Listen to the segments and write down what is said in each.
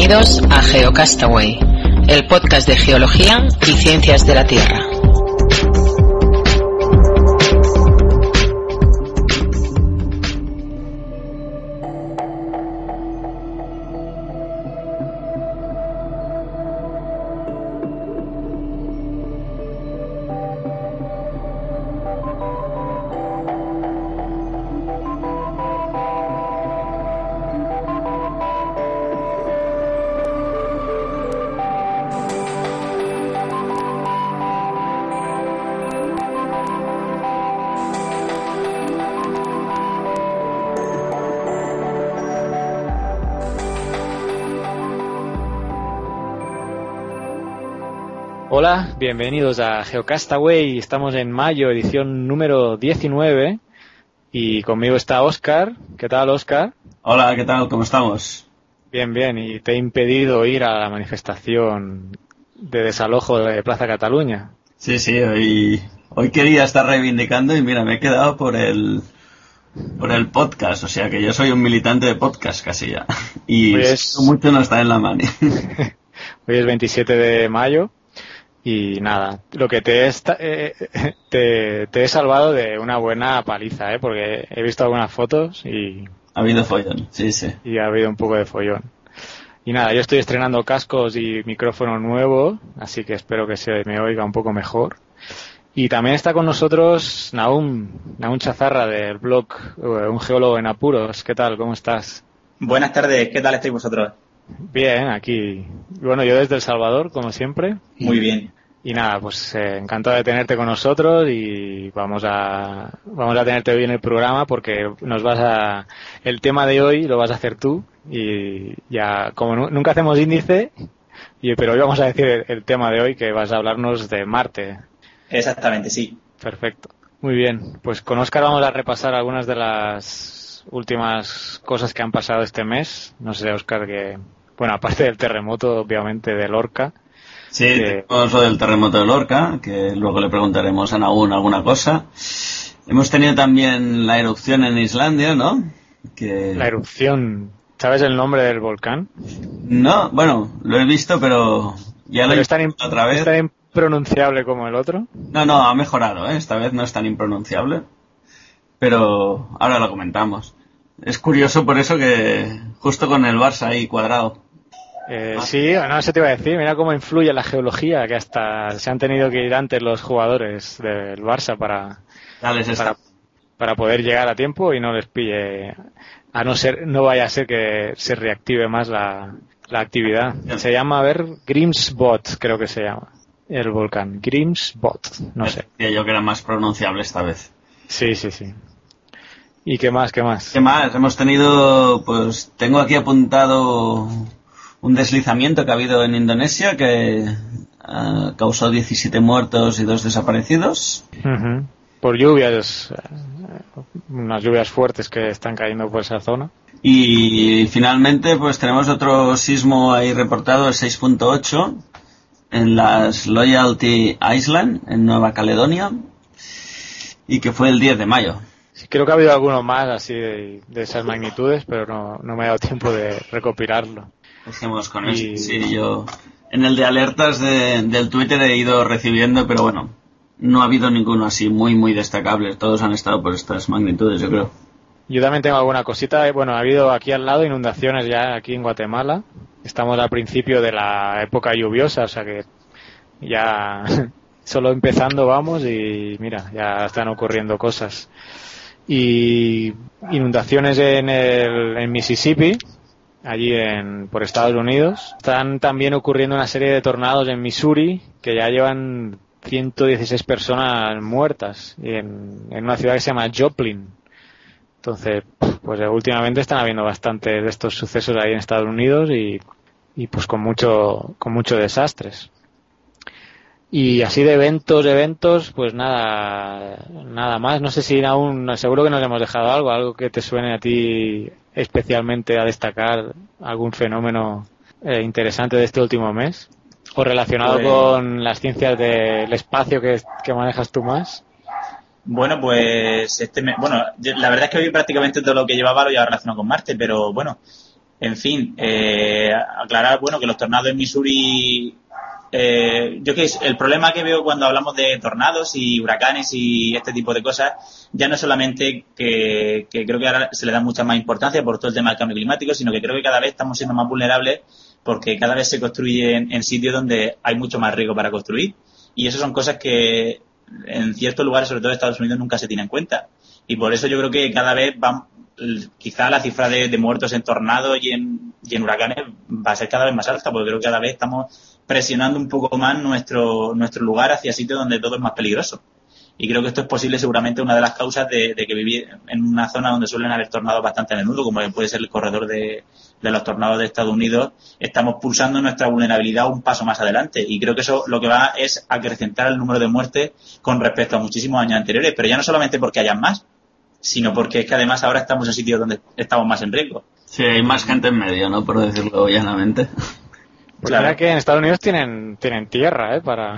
Bienvenidos a GeoCastaway, el podcast de geología y ciencias de la Tierra. Hola, bienvenidos a GeoCastaway. Estamos en mayo, edición número 19, y conmigo está Óscar. ¿Qué tal, Óscar? Hola, ¿qué tal? ¿Cómo estamos? Bien, bien. Y te he impedido ir a la manifestación de desalojo de Plaza Cataluña. Sí, hoy quería estar reivindicando y mira, me he quedado por el podcast, o sea que yo soy un militante de podcast casi ya. Y mucho no está en la mano. Hoy es 27 de mayo. Y nada, lo que te he salvado de una buena paliza, porque he visto algunas fotos y... Ha habido follón, sí. Y ha habido un poco de follón. Y nada, yo estoy estrenando cascos y micrófono nuevo, así que espero que se me oiga un poco mejor. Y también está con nosotros Nahum Chazarra del blog Un Geólogo en Apuros. ¿Qué tal? ¿Cómo estás? Buenas tardes, ¿qué tal estáis vosotros? Bien, aquí. Bueno, yo desde El Salvador, como siempre. Muy bien. Y nada, pues encantado de tenerte con nosotros y vamos a tenerte hoy en el programa porque el tema de hoy lo vas a hacer tú y ya, como nunca hacemos índice, pero hoy vamos a decir el tema de hoy, que vas a hablarnos de Marte. Exactamente, sí. Perfecto. Muy bien, pues con Óscar vamos a repasar algunas de las últimas cosas que han pasado este mes. No sé, Óscar, bueno, aparte del terremoto, obviamente, de Lorca. Sí, tenemos lo del terremoto de Lorca, que luego le preguntaremos a Nahum alguna cosa. Hemos tenido también la erupción en Islandia, ¿no? La erupción, ¿sabes el nombre del volcán? No, bueno, lo he visto, pero ya lo he visto otra vez. ¿Es tan impronunciable como el otro? No, ha mejorado, Esta vez no es tan impronunciable, pero ahora lo comentamos. Es curioso por eso que justo con el Barça ahí cuadrado. Sí, no, eso te iba a decir, mira cómo influye la geología, que hasta se han tenido que ir antes los jugadores del Barça para poder llegar a tiempo y no les pille, no vaya a ser que se reactive más la actividad. Se llama, Grímsvötn, creo que se llama, el volcán, Grímsvötn, no sé. Decía yo que era más pronunciable esta vez. Sí. ¿Y qué más? ¿Qué más? Hemos tenido, pues tengo aquí apuntado un deslizamiento que ha habido en Indonesia que causó 17 muertos y 2 desaparecidos. Uh-huh. Por lluvias, unas lluvias fuertes que están cayendo por esa zona. Y finalmente pues tenemos otro sismo ahí reportado, el 6.8, en las Loyalty Island, en Nueva Caledonia, y que fue el 10 de mayo. Sí, creo que ha habido algunos más así de esas magnitudes, pero no me ha dado tiempo de recopilarlo. Dejemos con esto. Sí, yo en el de alertas del Twitter he ido recibiendo, pero bueno, no ha habido ninguno así muy destacable. Todos han estado por estas magnitudes, yo creo. Yo también tengo alguna cosita. Bueno, ha habido aquí al lado inundaciones ya aquí en Guatemala. Estamos al principio de la época lluviosa, o sea que ya solo empezando vamos y mira, ya están ocurriendo cosas. Y inundaciones en Mississippi, allí por Estados Unidos. Están también ocurriendo una serie de tornados en Missouri que ya llevan 116 personas muertas en una ciudad que se llama Joplin. Entonces, pues últimamente están habiendo bastantes de estos sucesos ahí en Estados Unidos y pues con mucho desastres. Y así de eventos, pues nada más. No sé si aún, seguro que nos hemos dejado algo que te suene a ti especialmente a destacar, algún fenómeno interesante de este último mes, o relacionado con las ciencias del espacio que manejas tú más. Bueno, pues la verdad es que hoy prácticamente todo lo que llevaba lo llevaba relacionado con Marte, pero bueno, En fin, aclarar, bueno, que los tornados en Missouri, el problema que veo cuando hablamos de tornados y huracanes y este tipo de cosas, ya no solamente que creo que ahora se le da mucha más importancia por todo el tema del cambio climático, sino que creo que cada vez estamos siendo más vulnerables porque cada vez se construye en sitios donde hay mucho más riesgo para construir. Y eso son cosas que en ciertos lugares, sobre todo en Estados Unidos, nunca se tienen en cuenta. Y por eso yo creo que cada vez quizá la cifra de muertos en tornados y en huracanes va a ser cada vez más alta, porque creo que cada vez estamos presionando un poco más nuestro lugar hacia sitios donde todo es más peligroso. Y creo que esto es posible seguramente una de las causas de que vivir en una zona donde suelen haber tornados bastante a menudo, como puede ser el corredor de los tornados de Estados Unidos, estamos pulsando nuestra vulnerabilidad un paso más adelante. Y creo que eso lo que va es acrecentar el número de muertes con respecto a muchísimos años anteriores, pero ya no solamente porque hayan más, sino porque es que además ahora estamos en sitios donde estamos más en riesgo. Sí, hay más gente en medio, ¿no? Por decirlo llanamente. Pues claro que en Estados Unidos tienen tierra,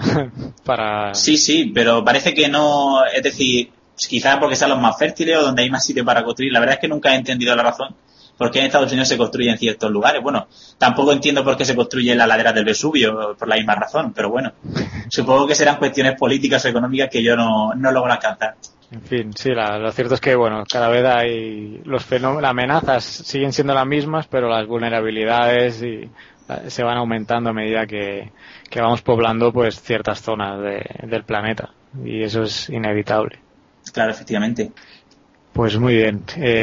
para... Sí, pero parece que no, es decir, quizás porque sean los más fértiles o donde hay más sitio para construir. La verdad es que nunca he entendido la razón por qué en Estados Unidos se construye en ciertos lugares. Bueno, tampoco entiendo por qué se construye en la ladera del Vesubio, por la misma razón, pero bueno, supongo que serán cuestiones políticas o económicas que yo no logro alcanzar. En fin, sí, lo cierto es que, bueno, cada vez hay las amenazas siguen siendo las mismas, pero las vulnerabilidades se van aumentando a medida que vamos poblando pues ciertas zonas del planeta, y eso es inevitable. Claro, efectivamente. Pues muy bien.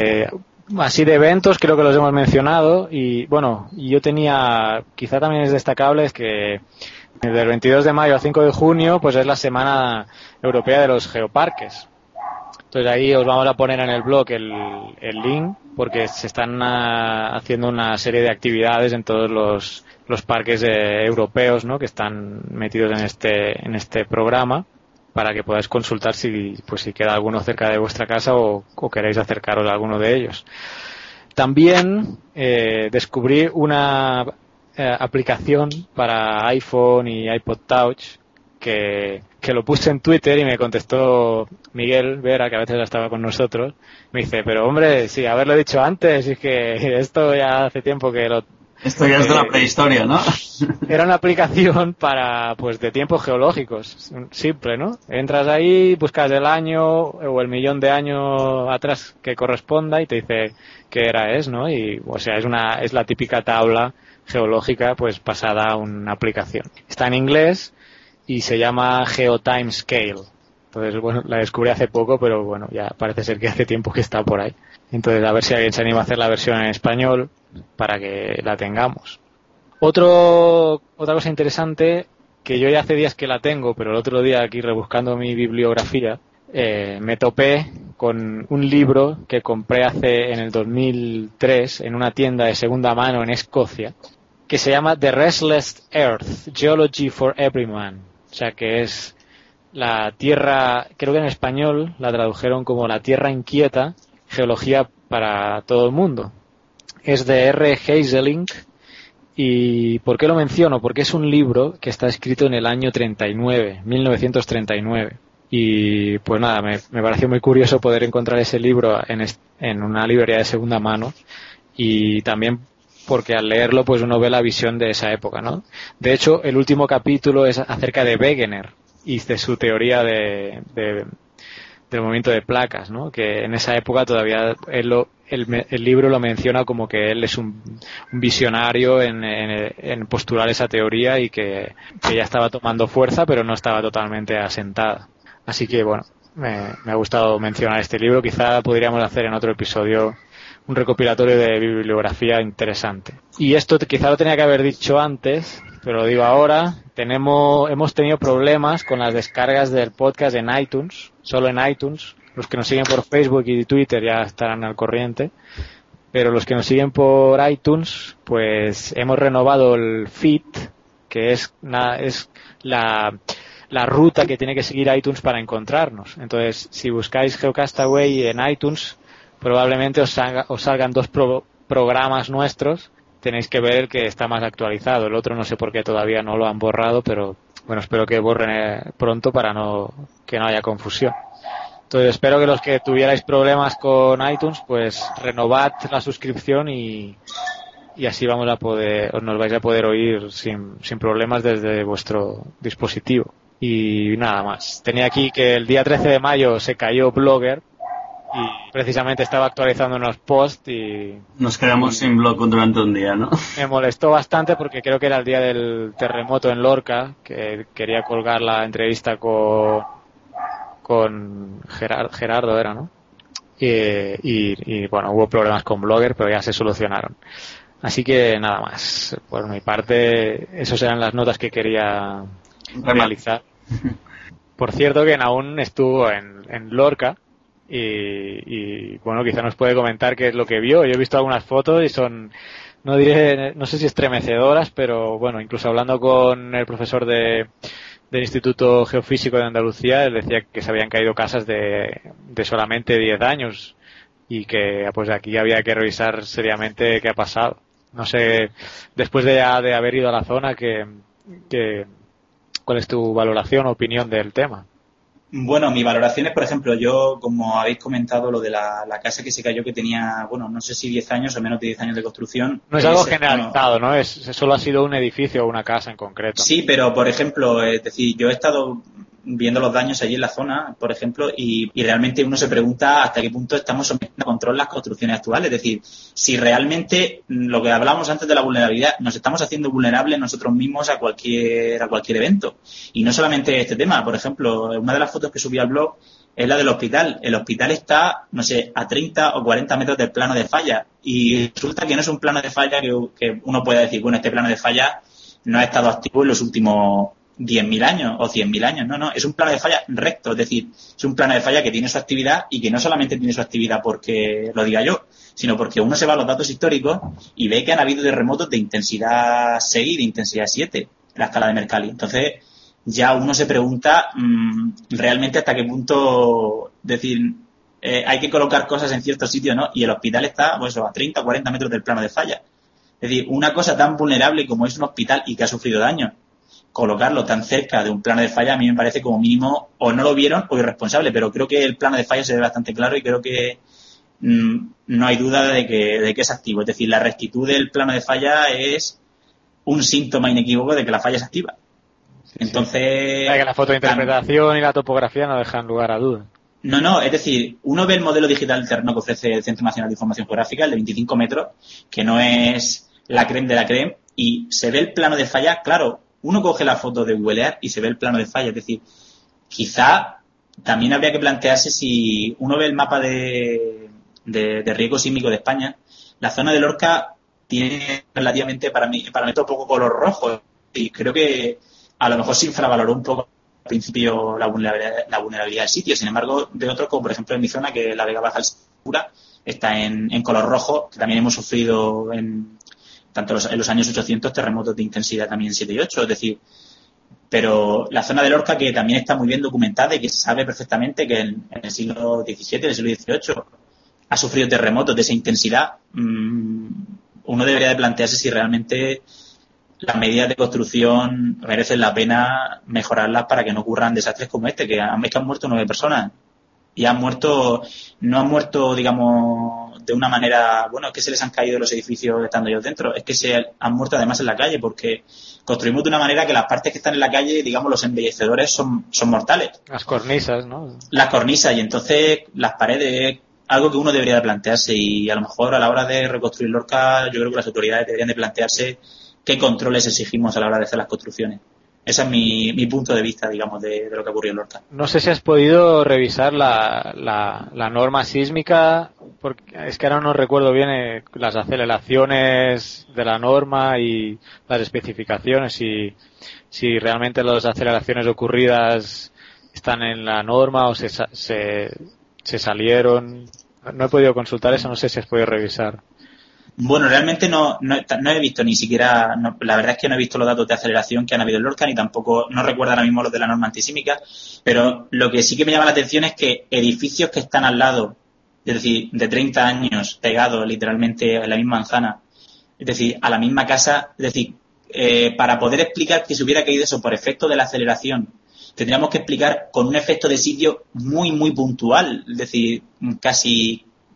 Así de eventos creo que los hemos mencionado, y bueno, yo tenía, quizá también es destacable, es que del 22 de mayo al 5 de junio pues es la Semana Europea de los Geoparques. Entonces ahí os vamos a poner en el blog el link, porque se están haciendo una serie de actividades en todos los parques europeos, ¿no?, que están metidos en este programa, para que podáis consultar si queda alguno cerca de vuestra casa o queréis acercaros a alguno de ellos. También descubrí una aplicación para iPhone y iPod Touch que lo puse en Twitter y me contestó Miguel Vera, que a veces estaba con nosotros. Me dice, pero hombre, sí, haberlo dicho antes, es que esto ya hace tiempo que lo... Esto ya es de la prehistoria, ¿no? Era una aplicación para, pues, de tiempos geológicos, simple, ¿no? Entras ahí, buscas el año o el millón de años atrás que corresponda y te dice qué era es, ¿no? Y, o sea, es la típica tabla geológica, pues, pasada a una aplicación. Está en inglés y se llama GeoTimescale. Entonces, bueno, la descubrí hace poco, pero bueno, ya parece ser que hace tiempo que está por ahí. Entonces, a ver si alguien se anima a hacer la versión en español para que la tengamos. Otra cosa interesante, que yo ya hace días que la tengo, pero el otro día aquí rebuscando mi bibliografía, me topé con un libro que compré en el 2003 en una tienda de segunda mano en Escocia, que se llama The Restless Earth, Geology for Everyman. O sea, que es la Tierra, creo que en español la tradujeron como la Tierra Inquieta, Geología para todo el mundo. Es de R. Hazelink. ¿Y por qué lo menciono? Porque es un libro que está escrito en el año 1939. Y pues nada, me pareció muy curioso poder encontrar ese libro en una librería de segunda mano, y también porque al leerlo pues uno ve la visión de esa época, ¿no? De hecho, el último capítulo es acerca de Wegener y de su teoría del movimiento de placas, ¿no? Que en esa época todavía el libro lo menciona como que él es un visionario en postular esa teoría, y que ya estaba tomando fuerza pero no estaba totalmente asentada. Así que bueno, me ha gustado mencionar este libro. Quizá podríamos hacer en otro episodio un recopilatorio de bibliografía interesante. Y esto quizá lo tenía que haber dicho antes, pero lo digo ahora. Hemos tenido problemas con las descargas del podcast en iTunes, solo en iTunes. Los que nos siguen por Facebook y Twitter ya estarán al corriente, pero los que nos siguen por iTunes, pues hemos renovado el feed, que es la ruta que tiene que seguir iTunes para encontrarnos. Entonces, si buscáis Geocastaway en iTunes, probablemente os salgan dos programas nuestros. Tenéis que ver el que está más actualizado. El otro no sé por qué todavía no lo han borrado, pero bueno, espero que borren pronto para que no haya confusión. Entonces espero que los que tuvierais problemas con iTunes, pues renovad la suscripción y y así nos vais a poder oír sin problemas desde vuestro dispositivo. Y nada más. Tenía aquí que el día 13 de mayo se cayó Blogger y precisamente estaba actualizando unos posts y nos quedamos sin blog durante un día, ¿no? Me molestó bastante porque creo que era el día del terremoto en Lorca, que quería colgar la entrevista con Gerardo era, ¿no? Y bueno, hubo problemas con Blogger, pero ya se solucionaron. Así que nada más. Por mi parte, esas eran las notas que quería realizar. Por cierto, que Naún estuvo en Lorca y bueno, quizá nos puede comentar qué es lo que vio. Yo he visto algunas fotos y son, no sé si estremecedoras, pero bueno, incluso hablando con el profesor del Instituto Geofísico de Andalucía, él decía que se habían caído casas de solamente 10 años y que pues aquí había que revisar seriamente qué ha pasado. No sé, después de haber ido a la zona, ¿cuál es tu valoración o opinión del tema? Bueno, mi valoración es, por ejemplo, yo, como habéis comentado, lo de la casa que se cayó, que tenía, bueno, no sé si 10 años o menos de 10 años de construcción. No es algo generalizado, ¿no? Solo ha sido un edificio o una casa en concreto. Sí, pero, por ejemplo, es decir, yo he estado viendo los daños allí en la zona, por ejemplo, y realmente uno se pregunta hasta qué punto estamos sometiendo a control las construcciones actuales. Es decir, si realmente lo que hablábamos antes de la vulnerabilidad, nos estamos haciendo vulnerables nosotros mismos a cualquier evento. Y no solamente este tema. Por ejemplo, una de las fotos que subí al blog es la del hospital. El hospital está, no sé, a 30 o 40 metros del plano de falla. Y resulta que no es un plano de falla que uno pueda decir, bueno, este plano de falla no ha estado activo en los últimos 10.000 años o 100.000 años. No, es un plano de falla recto, es decir, es un plano de falla que tiene su actividad y que no solamente tiene su actividad porque lo diga yo, sino porque uno se va a los datos históricos y ve que han habido terremotos de intensidad 6 y de intensidad 7 en la escala de Mercalli. Entonces, ya uno se pregunta realmente hasta qué punto, decir, hay que colocar cosas en ciertos sitios, ¿no? Y el hospital está, pues, a 30 o 40 metros del plano de falla. Es decir, una cosa tan vulnerable como es un hospital y que ha sufrido daño, colocarlo tan cerca de un plano de falla a mí me parece como mínimo o no lo vieron o irresponsable, pero creo que el plano de falla se ve bastante claro y creo que no hay duda de que es activo. Es decir, la rectitud del plano de falla es un síntoma inequívoco de que la falla es activa. Entonces, que la foto de interpretación y la topografía no dejan lugar a dudas. No, es decir, uno ve el modelo digital del terreno que ofrece el Centro Nacional de Información Geográfica, el de 25 metros, que no es la creme de la creme, y se ve el plano de falla, claro. Uno coge la foto de Google Earth y se ve el plano de falla. Es decir, quizá también habría que plantearse, si uno ve el mapa de riesgo sísmico de España, la zona de Lorca tiene relativamente, para mí un poco color rojo. Y creo que a lo mejor se infravaloró un poco al principio la vulnerabilidad del sitio. Sin embargo, de otros, como por ejemplo en mi zona, que la Vega Baja del Segura está en color rojo, que también hemos sufrido tanto en los años 800 terremotos de intensidad también 7 y 8, es decir, pero la zona de Lorca, que también está muy bien documentada y que se sabe perfectamente que en el siglo XVII, en el siglo XVIII, ha sufrido terremotos de esa intensidad, uno debería de plantearse si realmente las medidas de construcción merecen la pena mejorarlas para que no ocurran desastres como este, que han muerto 9 personas. Y no han muerto, digamos, de una manera, bueno, es que se les han caído los edificios estando ellos dentro, es que se han muerto además en la calle, porque construimos de una manera que las partes que están en la calle, digamos, los embellecedores son mortales. Las cornisas, ¿no? Las cornisas, y entonces las paredes, algo que uno debería de plantearse, y a lo mejor a la hora de reconstruir Lorca, yo creo que las autoridades deberían de plantearse qué controles exigimos a la hora de hacer las construcciones. Ese es mi punto de vista, digamos, de lo que ocurrió en Lorca. No sé si has podido revisar la norma sísmica, porque es que ahora no recuerdo bien las aceleraciones de la norma y las especificaciones, si realmente las aceleraciones ocurridas están en la norma o se salieron. No he podido consultar eso, no sé si has podido revisar. Bueno, realmente no he visto ni siquiera, la verdad es que no he visto los datos de aceleración que han habido en Lorca, ni tampoco, no recuerdo ahora mismo los de la norma antisísmica, pero lo que sí que me llama la atención es que edificios que están al lado, es decir, de 30 años pegados literalmente en la misma manzana, es decir, a la misma casa, es decir, para poder explicar que se hubiera caído eso por efecto de la aceleración, tendríamos que explicar con un efecto de sitio muy, muy puntual, es decir, casi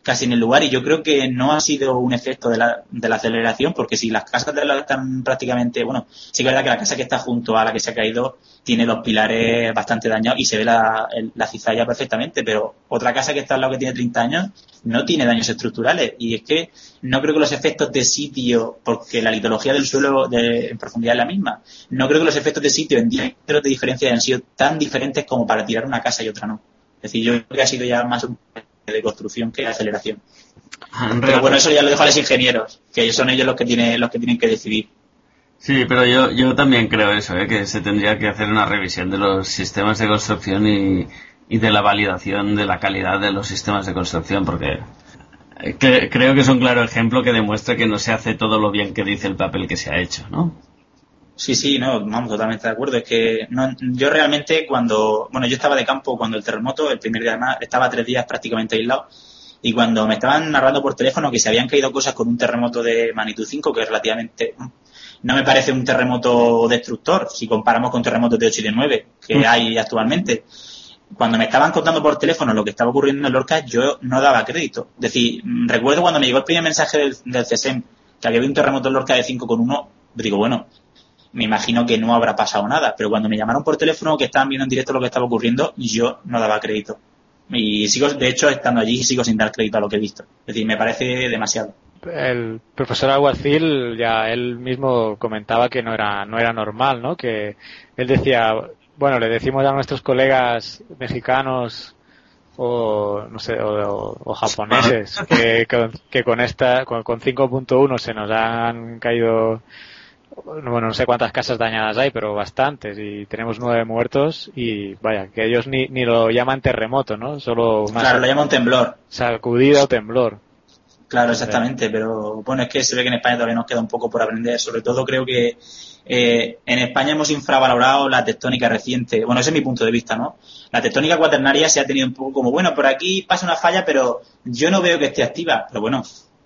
casi en el lugar, y yo creo que no ha sido un efecto de la aceleración, porque si las casas de la están prácticamente, bueno, sí que es verdad que la casa que está junto a la que se ha caído tiene los pilares bastante dañados y se ve la cizalla perfectamente, pero otra casa que está al lado que tiene 30 años no tiene daños estructurales, y es que no creo que los efectos de sitio, porque la litología del suelo en profundidad es la misma, no creo que los efectos de sitio en 10 metros de diferencia hayan sido tan diferentes como para tirar una casa y otra no. Es decir, yo creo que ha sido ya más un de construcción que de aceleración. Pero bueno, eso ya lo dejo a los ingenieros, que son ellos los que tienen que decidir. Sí, pero yo también creo eso, que se tendría que hacer una revisión de los sistemas de construcción y de la validación de la calidad de los sistemas de construcción, porque creo que es un claro ejemplo que demuestra que no se hace todo lo bien que dice el papel que se ha hecho, ¿no? Sí, no, vamos, totalmente de acuerdo. Es que yo realmente yo estaba de campo cuando el terremoto, el primer día además, estaba 3 días prácticamente aislado, y cuando me estaban narrando por teléfono que se habían caído cosas con un terremoto de magnitud 5, que relativamente no me parece un terremoto destructor, si comparamos con terremotos de 8 y de 9 que hay actualmente. Cuando me estaban contando por teléfono lo que estaba ocurriendo en Lorca, yo no daba crédito. Es decir, recuerdo cuando me llegó el primer mensaje del CESEM, que había un terremoto en Lorca de 5,1, digo, bueno, me imagino que no habrá pasado nada, pero cuando me llamaron por teléfono que estaban viendo en directo lo que estaba ocurriendo, yo no daba crédito. Y sigo, de hecho, estando allí, sigo sin dar crédito a lo que he visto. Es decir, me parece demasiado. El profesor Alguacil ya él mismo comentaba que no era normal, ¿no? Que él decía, bueno, le decimos a nuestros colegas mexicanos o no sé, o japoneses que con 5.1 se nos han caído, bueno, no sé cuántas casas dañadas hay, pero bastantes, y tenemos 9 muertos, y vaya, que ellos ni lo llaman terremoto, ¿no? Solo más, claro, lo llaman temblor. Sacudida o temblor. Claro, exactamente, pero bueno, es que se ve que en España todavía nos queda un poco por aprender. Sobre todo creo que en España hemos infravalorado la tectónica reciente. Bueno, ese es mi punto de vista, ¿no? La tectónica cuaternaria se ha tenido un poco como, bueno, por aquí pasa una falla, pero yo no veo que esté activa. Pero bueno,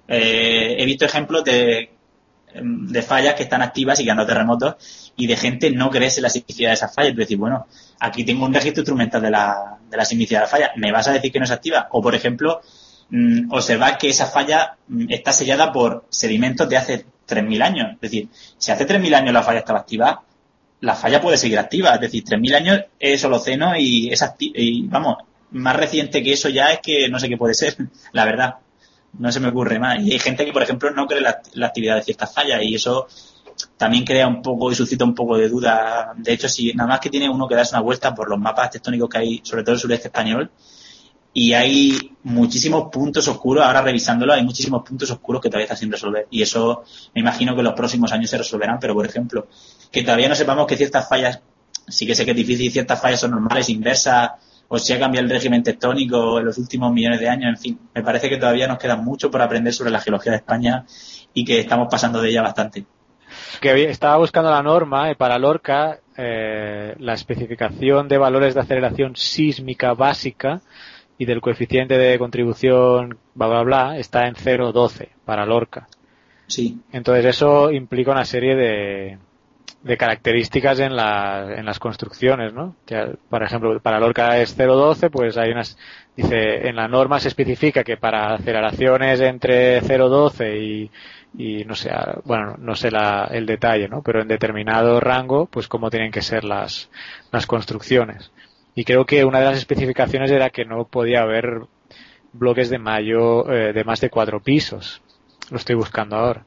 he visto ejemplos de fallas que están activas y que han dado terremotos, y de gente no creerse la sismicidad de esas fallas. Es decir, bueno, aquí tengo un registro instrumental de la sismicidad de la falla, ¿me vas a decir que no es activa? O, por ejemplo, observar que esa falla está sellada por sedimentos de hace 3.000 años. Es decir, si hace 3.000 años la falla estaba activa, la falla puede seguir activa. Es decir, 3.000 años es Holoceno y es y vamos, más reciente que eso ya es que no sé qué puede ser, la verdad. No se me ocurre más. Y hay gente que, por ejemplo, no cree la actividad de ciertas fallas, y eso también crea un poco y suscita un poco de duda. De hecho, si nada más que tiene uno que darse una vuelta por los mapas tectónicos que hay, sobre todo el sureste español, y hay muchísimos puntos oscuros, ahora revisándolo, hay muchísimos puntos oscuros que todavía están sin resolver. Y eso me imagino que en los próximos años se resolverán, pero, por ejemplo, que todavía no sepamos que ciertas fallas, sí que sé que es difícil, ciertas fallas son normales, inversas, o si ha cambiado el régimen tectónico en los últimos millones de años, en fin, me parece que todavía nos queda mucho por aprender sobre la geología de España y que estamos pasando de ella bastante. Que estaba buscando la norma para Lorca, la especificación de valores de aceleración sísmica básica y del coeficiente de contribución, bla, bla, bla, está en 0,12 para Lorca. Sí. Entonces eso implica una serie de características en las construcciones, ¿no? Que, por ejemplo, para Lorca es 0,12, pues hay dice, en la norma se especifica que para aceleraciones entre 0,12 y no sé, bueno, no sé el detalle, ¿no? Pero en determinado rango, pues cómo tienen que ser las construcciones. Y creo que una de las especificaciones era que no podía haber bloques de más de 4 pisos. Lo estoy buscando ahora.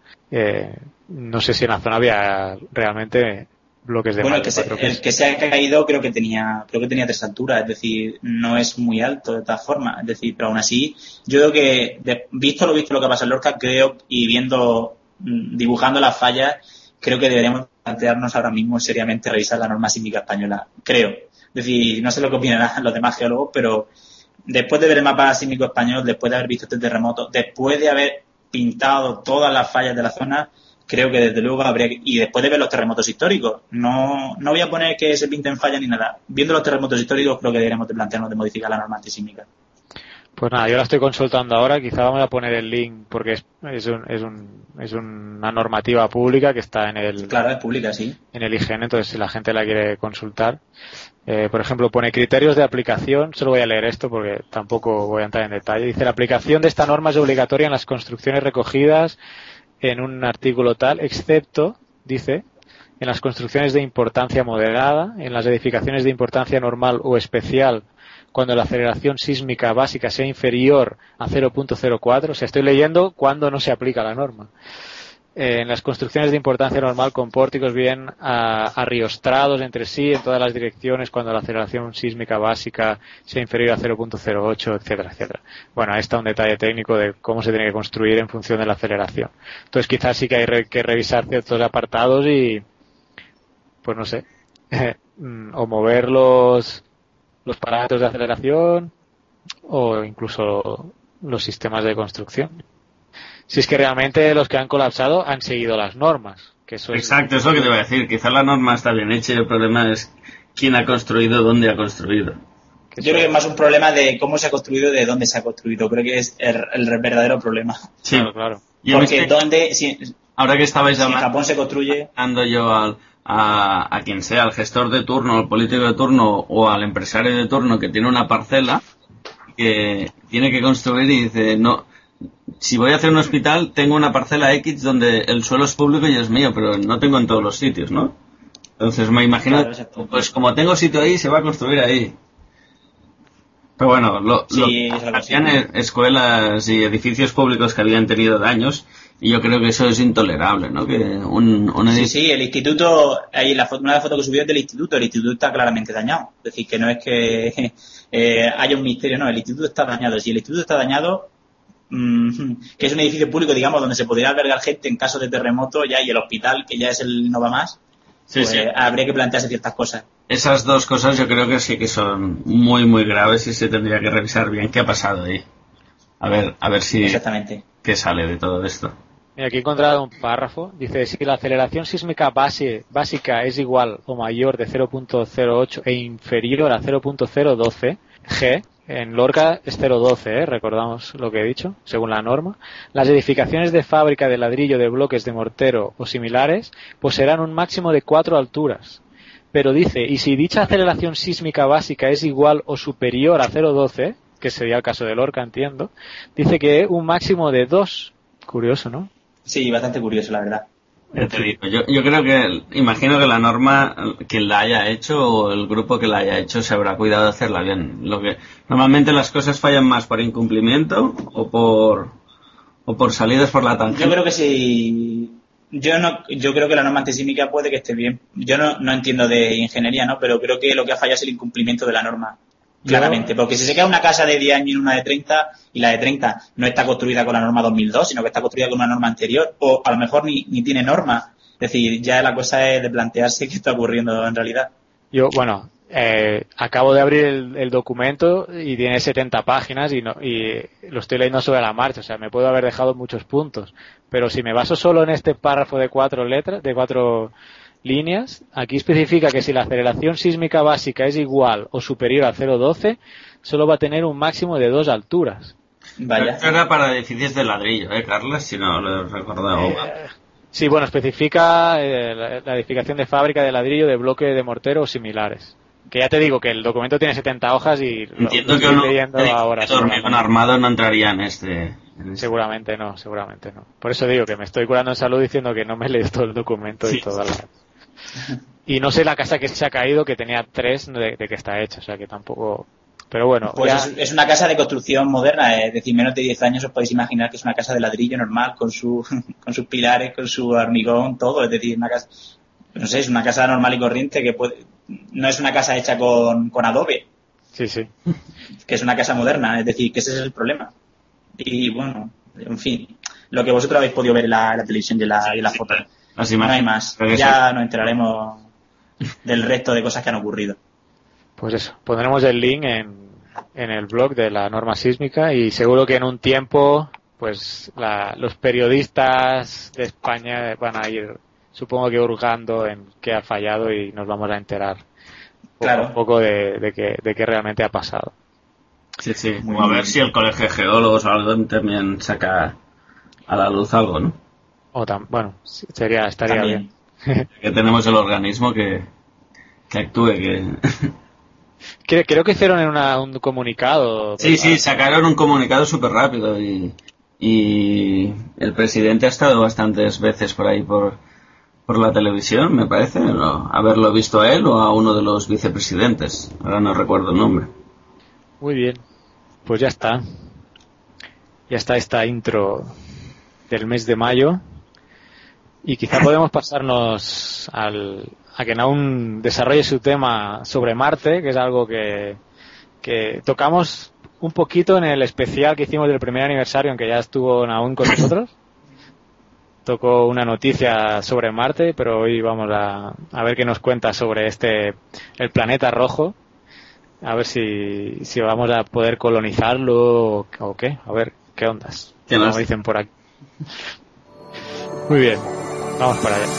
No sé si en la zona había realmente bloques de más de 4 pisos. El que se ha caído creo que tenía 3 alturas, es decir, no es muy alto de todas formas. Es decir, pero aún así, yo creo que, visto lo que pasa en Lorca, creo, y dibujando las fallas, creo que deberíamos plantearnos ahora mismo seriamente revisar la norma sísmica española. Creo. Es decir, no sé lo que opinarán los demás geólogos, pero después de ver el mapa sísmico español, después de haber visto este terremoto, después de haber pintado todas las fallas de la zona, creo que desde luego y después de ver los terremotos históricos, no voy a poner que se pinten fallas ni nada. Viendo los terremotos históricos, creo que deberíamos de plantearnos de modificar la norma antisísmica. Pues nada, yo la estoy consultando ahora, quizá vamos a poner el link porque es una normativa pública que está en el... Claro, es pública, sí. En el IGN, entonces si la gente la quiere consultar. Por ejemplo, pone criterios de aplicación, solo voy a leer esto porque tampoco voy a entrar en detalle. Dice, la aplicación de esta norma es obligatoria en las construcciones recogidas en un artículo tal, excepto, dice, en las construcciones de importancia moderada, en las edificaciones de importancia normal o especial, cuando la aceleración sísmica básica sea inferior a 0.04, o sea, estoy leyendo cuando no se aplica la norma. En las construcciones de importancia normal con pórticos bien arriostrados entre sí en todas las direcciones cuando la aceleración sísmica básica sea inferior a 0.08, etcétera, etcétera. Bueno, ahí está un detalle técnico de cómo se tiene que construir en función de la aceleración. Entonces quizás sí que hay que revisar ciertos apartados y, pues no sé, o mover los parámetros de aceleración o incluso los sistemas de construcción. Si es que realmente los que han colapsado han seguido las normas. Que eso Exacto, es lo que te iba a decir. Quizá la norma está bien hecha y el problema es quién ha construido, dónde ha construido. Yo creo que es más un problema de cómo se ha construido y de dónde se ha construido. Creo que es el verdadero problema. Sí, claro. Porque dónde... ahora que estabais hablando... en Japón se construye... Dando yo a quien sea, al gestor de turno, al político de turno o al empresario de turno que tiene una parcela que tiene que construir y dice, no, si voy a hacer un hospital tengo una parcela X donde el suelo es público y es mío, pero no tengo en todos los sitios, ¿no? Entonces me imagino, claro, pues como tengo sitio ahí, se va a construir ahí. Pero bueno, lo hacían escuelas y edificios públicos que habían tenido daños. Y yo creo que eso es intolerable, ¿no? Que Sí, el instituto, ahí una de las fotos que subió es del instituto, el instituto está claramente dañado. Es decir, que no es que haya un misterio, no, el instituto está dañado. Si el instituto está dañado, que es un edificio público, digamos, donde se podría albergar gente en caso de terremoto ya, y el hospital, que ya es el no va más, sí, pues sí. Habría que plantearse ciertas cosas. Esas dos cosas yo creo que sí que son muy, muy graves y se tendría que revisar bien qué ha pasado ahí. A ver si... Exactamente. ¿Qué sale de todo esto? Mira, aquí he encontrado un párrafo. Dice, si la aceleración sísmica básica es igual o mayor de 0.08 e inferior a 0.012 G, en Lorca es 0.12, recordamos lo que he dicho, según la norma, las edificaciones de fábrica de ladrillo de bloques de mortero o similares poseerán un máximo de 4 alturas. Pero dice, y si dicha aceleración sísmica básica es igual o superior a 0.12, que sería el caso de Lorca, entiendo, dice que un máximo de 2. Curioso, ¿no? Sí, bastante curioso, la verdad. Ya te digo, yo creo que, imagino que la norma, quien la haya hecho o el grupo que la haya hecho se habrá cuidado de hacerla bien. Normalmente las cosas fallan más por incumplimiento o por salidas por la tangente. Yo creo que sí. Yo creo que la norma antisísmica puede que esté bien. Yo no entiendo de ingeniería, ¿no? Pero creo que lo que ha fallado es el incumplimiento de la norma. Claramente, porque si se queda una casa de 10 años y una de 30, y la de 30 no está construida con la norma 2002, sino que está construida con una norma anterior, o a lo mejor ni tiene norma. Es decir, ya la cosa es de plantearse qué está ocurriendo en realidad. Acabo de abrir el documento y tiene 70 páginas y lo estoy leyendo sobre la marcha, o sea, me puedo haber dejado muchos puntos. Pero si me baso solo en este párrafo de 4 líneas, aquí especifica que si la aceleración sísmica básica es igual o superior a 0.12, solo va a tener un máximo de 2 alturas. Vaya. Esto era para edificios de ladrillo, Carlos, si no lo he recordado. Sí, bueno, especifica la edificación de fábrica de ladrillo de bloque de mortero o similares. Que ya te digo que el documento tiene 70 hojas y entiendo que estoy leyendo ahora. Hormigón armado no entraría en este. Seguramente no. Por eso digo que me estoy curando en salud diciendo que no me he leído todo el documento y todas las... Y no sé la casa que se ha caído, que tenía 3 de que está hecha, o sea que tampoco... Pero bueno... Pues es una casa de construcción moderna, es decir, menos de 10 años os podéis imaginar que es una casa de ladrillo normal, con sus pilares, con su hormigón, todo, es decir, una casa... No sé, es una casa normal y corriente que no es una casa hecha con adobe. Sí. Que es una casa moderna, es decir, que ese es el problema. Y bueno, en fin, lo que vosotros habéis podido ver en la televisión y en la foto. No hay más. Ya nos enteraremos del resto de cosas que han ocurrido. Pues eso, pondremos el link en el blog de la norma sísmica y seguro que en un tiempo pues los periodistas de España van a ir, supongo que hurgando en qué ha fallado y nos vamos a enterar un poco de qué realmente ha pasado. Sí, sí. A ver si el Colegio de Geólogos o algo también saca a la luz algo, ¿no? Bueno, estaría También. bien. Que tenemos el organismo que actúe, Creo que hicieron en un comunicado. Sí, sacaron un comunicado súper rápido y el presidente ha estado bastantes veces por ahí por la televisión, me parece, ¿no? Haberlo visto a él o a uno de los vicepresidentes. Ahora no recuerdo el nombre. Muy bien. Pues ya está. Ya está esta intro del mes de mayo. Y quizá podemos pasarnos a que Naum desarrolle su tema sobre Marte, que es algo que tocamos un poquito en el especial que hicimos del primer aniversario, en que ya estuvo Naum con nosotros. Tocó una noticia sobre Marte, pero hoy vamos a ver qué nos cuenta sobre el planeta rojo. A ver si vamos a poder colonizarlo o qué. A ver qué ondas. Como dicen por aquí. Muy bien. Vamos para allá.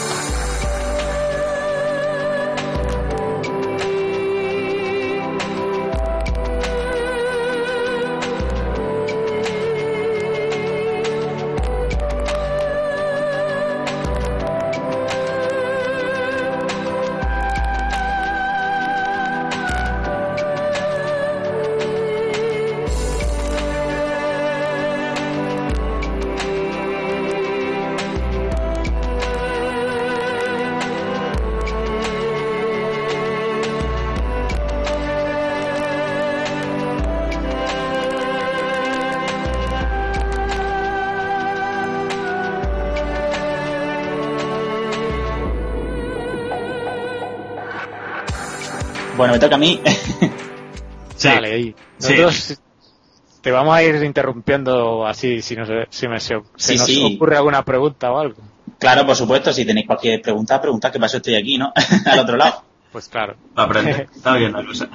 Bueno, me toca a mí. Sí. Dale, ahí. Nosotros te vamos a ir interrumpiendo así si nos ocurre alguna pregunta o algo. Claro, por supuesto. Si tenéis cualquier pregunta, preguntad, que para eso estoy aquí, ¿no? Al otro lado. Pues claro. Aprende. Está bien la cosa.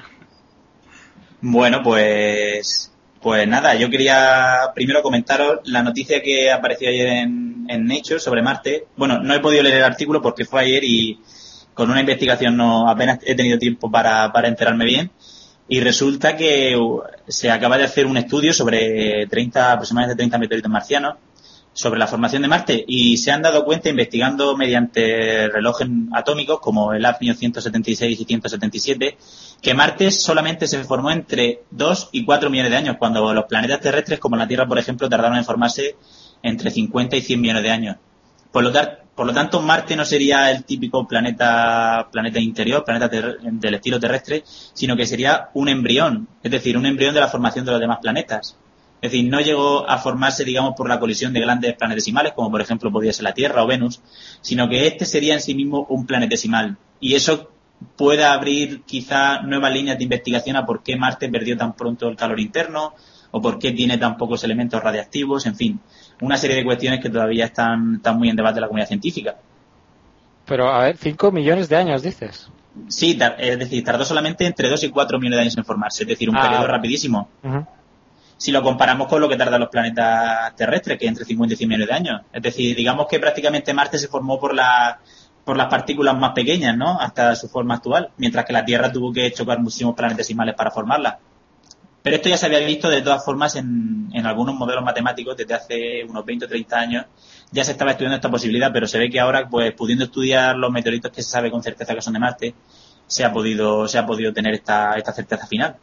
Bueno, pues nada, yo quería primero comentaros la noticia que apareció ayer en Nature sobre Marte. Bueno, no he podido leer el artículo porque fue ayer y con una investigación apenas he tenido tiempo para enterarme bien. Y resulta que se acaba de hacer un estudio sobre aproximadamente 30 meteoritos marcianos sobre la formación de Marte y se han dado cuenta, investigando mediante relojes atómicos como el Hafnium 176 y 177, que Marte solamente se formó entre 2 y 4 millones de años, cuando los planetas terrestres como la Tierra, por ejemplo, tardaron en formarse entre 50 y 100 millones de años. Por lo tanto, Marte no sería el típico planeta interior, planeta del estilo terrestre, sino que sería un embrión, es decir, un embrión de la formación de los demás planetas. Es decir, no llegó a formarse, digamos, por la colisión de grandes planetesimales, como por ejemplo podría ser la Tierra o Venus, sino que este sería en sí mismo un planetesimal. Y eso puede abrir quizá nuevas líneas de investigación a por qué Marte perdió tan pronto el calor interno, o por qué tiene tan pocos elementos radiactivos, en fin, una serie de cuestiones que todavía están muy en debate en la comunidad científica. Pero, a ver, 5 millones de años, dices. Sí, es decir, tardó solamente entre 2 y 4 millones de años en formarse, es decir, un periodo rapidísimo. Uh-huh. Si lo comparamos con lo que tardan los planetas terrestres, que es entre 50 y 100 millones de años. Es decir, digamos que prácticamente Marte se formó por las partículas más pequeñas, ¿no?, hasta su forma actual, mientras que la Tierra tuvo que chocar muchísimos planetesimales para formarla. Pero esto ya se había visto de todas formas en algunos modelos matemáticos desde hace unos 20 o 30 años. Ya se estaba estudiando esta posibilidad, pero se ve que ahora, pues pudiendo estudiar los meteoritos que se sabe con certeza que son de Marte, se ha podido tener esta certeza final.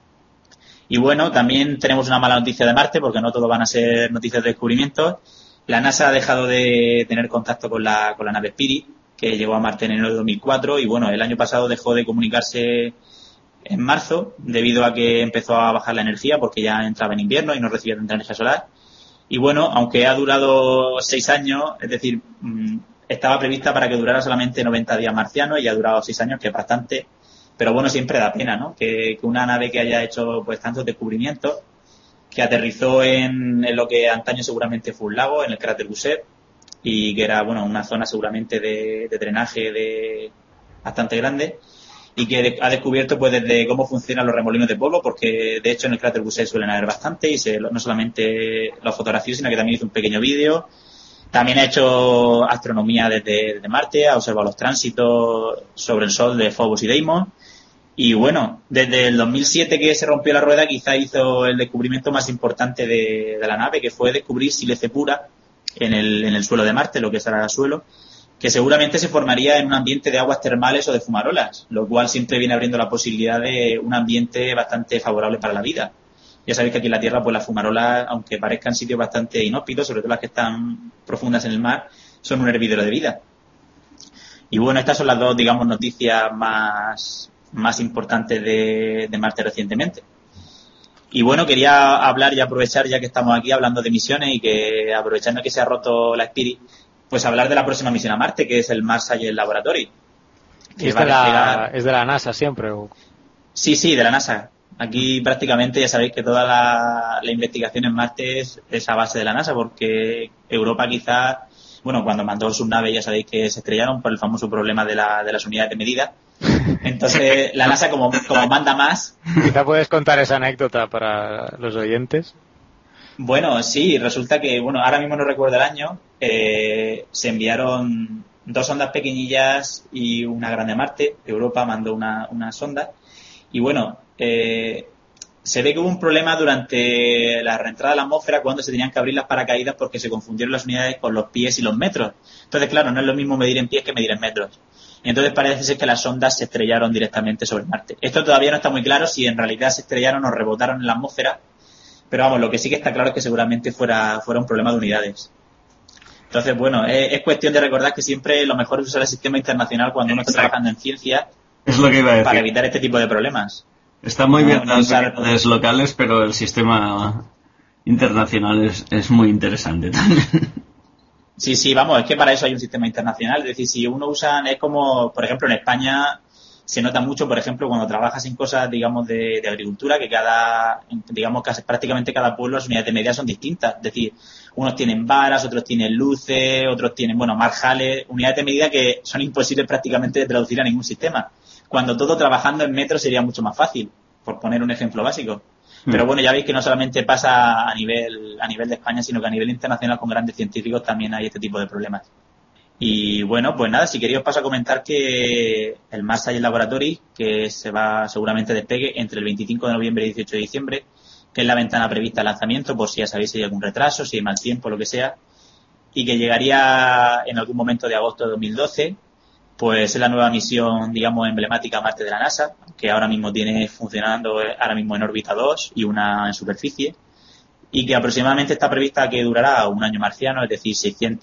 Y bueno, también tenemos una mala noticia de Marte, porque no todo van a ser noticias de descubrimientos. La NASA ha dejado de tener contacto con la nave Spirit, que llegó a Marte en enero de 2004, y bueno, el año pasado dejó de comunicarse en marzo, debido a que empezó a bajar la energía, porque ya entraba en invierno y no recibía tanta energía solar. Y bueno, aunque ha durado 6 años, es decir, estaba prevista para que durara solamente 90 días marcianos, y ha durado 6 años, que es bastante. Pero bueno, siempre da pena, ¿no?, que una nave que haya hecho pues tantos descubrimientos, que aterrizó en lo que antaño seguramente fue un lago, en el cráter Gusset, y que era, bueno, una zona seguramente de drenaje bastante grande, y que ha descubierto pues desde cómo funcionan los remolinos de polvo, porque de hecho en el cráter Gusset suelen haber bastante, y no solamente lo fotografió, sino que también hizo un pequeño vídeo. También ha hecho astronomía desde Marte, ha observado los tránsitos sobre el Sol de Phobos y Deimos, Y bueno, desde el 2007 que se rompió la rueda, quizá hizo el descubrimiento más importante de la nave, que fue descubrir sílice pura en el suelo de Marte, lo que será el suelo, que seguramente se formaría en un ambiente de aguas termales o de fumarolas, lo cual siempre viene abriendo la posibilidad de un ambiente bastante favorable para la vida. Ya sabéis que aquí en la Tierra, pues las fumarolas, aunque parezcan sitios bastante inhóspitos, sobre todo las que están profundas en el mar, son un hervidero de vida. Y bueno, estas son las dos, digamos, noticias más importantes de Marte recientemente. Y bueno, quería hablar y aprovechar, ya que estamos aquí hablando de misiones y que aprovechando que se ha roto la Spirit, pues hablar de la próxima misión a Marte, que es el Mars Science Laboratory. Que ¿Es de la NASA siempre? ¿O? Sí, de la NASA. Aquí prácticamente ya sabéis que toda la investigación en Marte es a base de la NASA, porque Europa quizás, bueno, cuando mandó sus naves ya sabéis que se estrellaron por el famoso problema de las unidades de medida. Entonces la NASA como manda más. Quizá puedes contar esa anécdota para los oyentes. Bueno, sí, resulta que, bueno, ahora mismo no recuerdo el año, se enviaron 2 sondas pequeñillas y una grande a Marte. Europa mandó una sonda y bueno, se ve que hubo un problema durante la reentrada a la atmósfera cuando se tenían que abrir las paracaídas porque se confundieron las unidades con los pies y los metros. Entonces, claro, no es lo mismo medir en pies que medir en metros. Y entonces parece ser que las sondas se estrellaron directamente sobre Marte. Esto todavía no está muy claro si en realidad se estrellaron o rebotaron en la atmósfera, pero vamos, lo que sí que está claro es que seguramente fuera un problema de unidades. Entonces, bueno, es cuestión de recordar que siempre lo mejor es usar el sistema internacional cuando uno está trabajando en ciencia. Es lo que iba a decir. Para evitar este tipo de problemas. Está muy bien las unidades locales, pero el sistema internacional es muy interesante también. Sí, vamos, es que para eso hay un sistema internacional. Es decir, si uno usa, es como, por ejemplo, en España se nota mucho, por ejemplo, cuando trabajas en cosas, digamos, de agricultura, que prácticamente cada pueblo, las unidades de medida son distintas. Es decir, unos tienen varas, otros tienen luces, otros tienen, bueno, marjales, unidades de medida que son imposibles prácticamente de traducir a ningún sistema. Cuando todo trabajando en metros sería mucho más fácil, por poner un ejemplo básico. Pero bueno, ya veis que no solamente pasa a nivel de España, sino que a nivel internacional con grandes científicos también hay este tipo de problemas. Y bueno, pues nada, si queréis os paso a comentar que el Mars Science Laboratory, que se va seguramente despegue entre el 25 de noviembre y el 18 de diciembre, que es la ventana prevista de lanzamiento, por si ya sabéis si hay algún retraso, si hay mal tiempo, lo que sea, y que llegaría en algún momento de agosto de 2012, pues es la nueva misión, digamos, emblemática a Marte de la NASA, que ahora mismo tiene funcionando ahora mismo en órbita 2 y una en superficie, y que aproximadamente está prevista que durará un año marciano, es decir,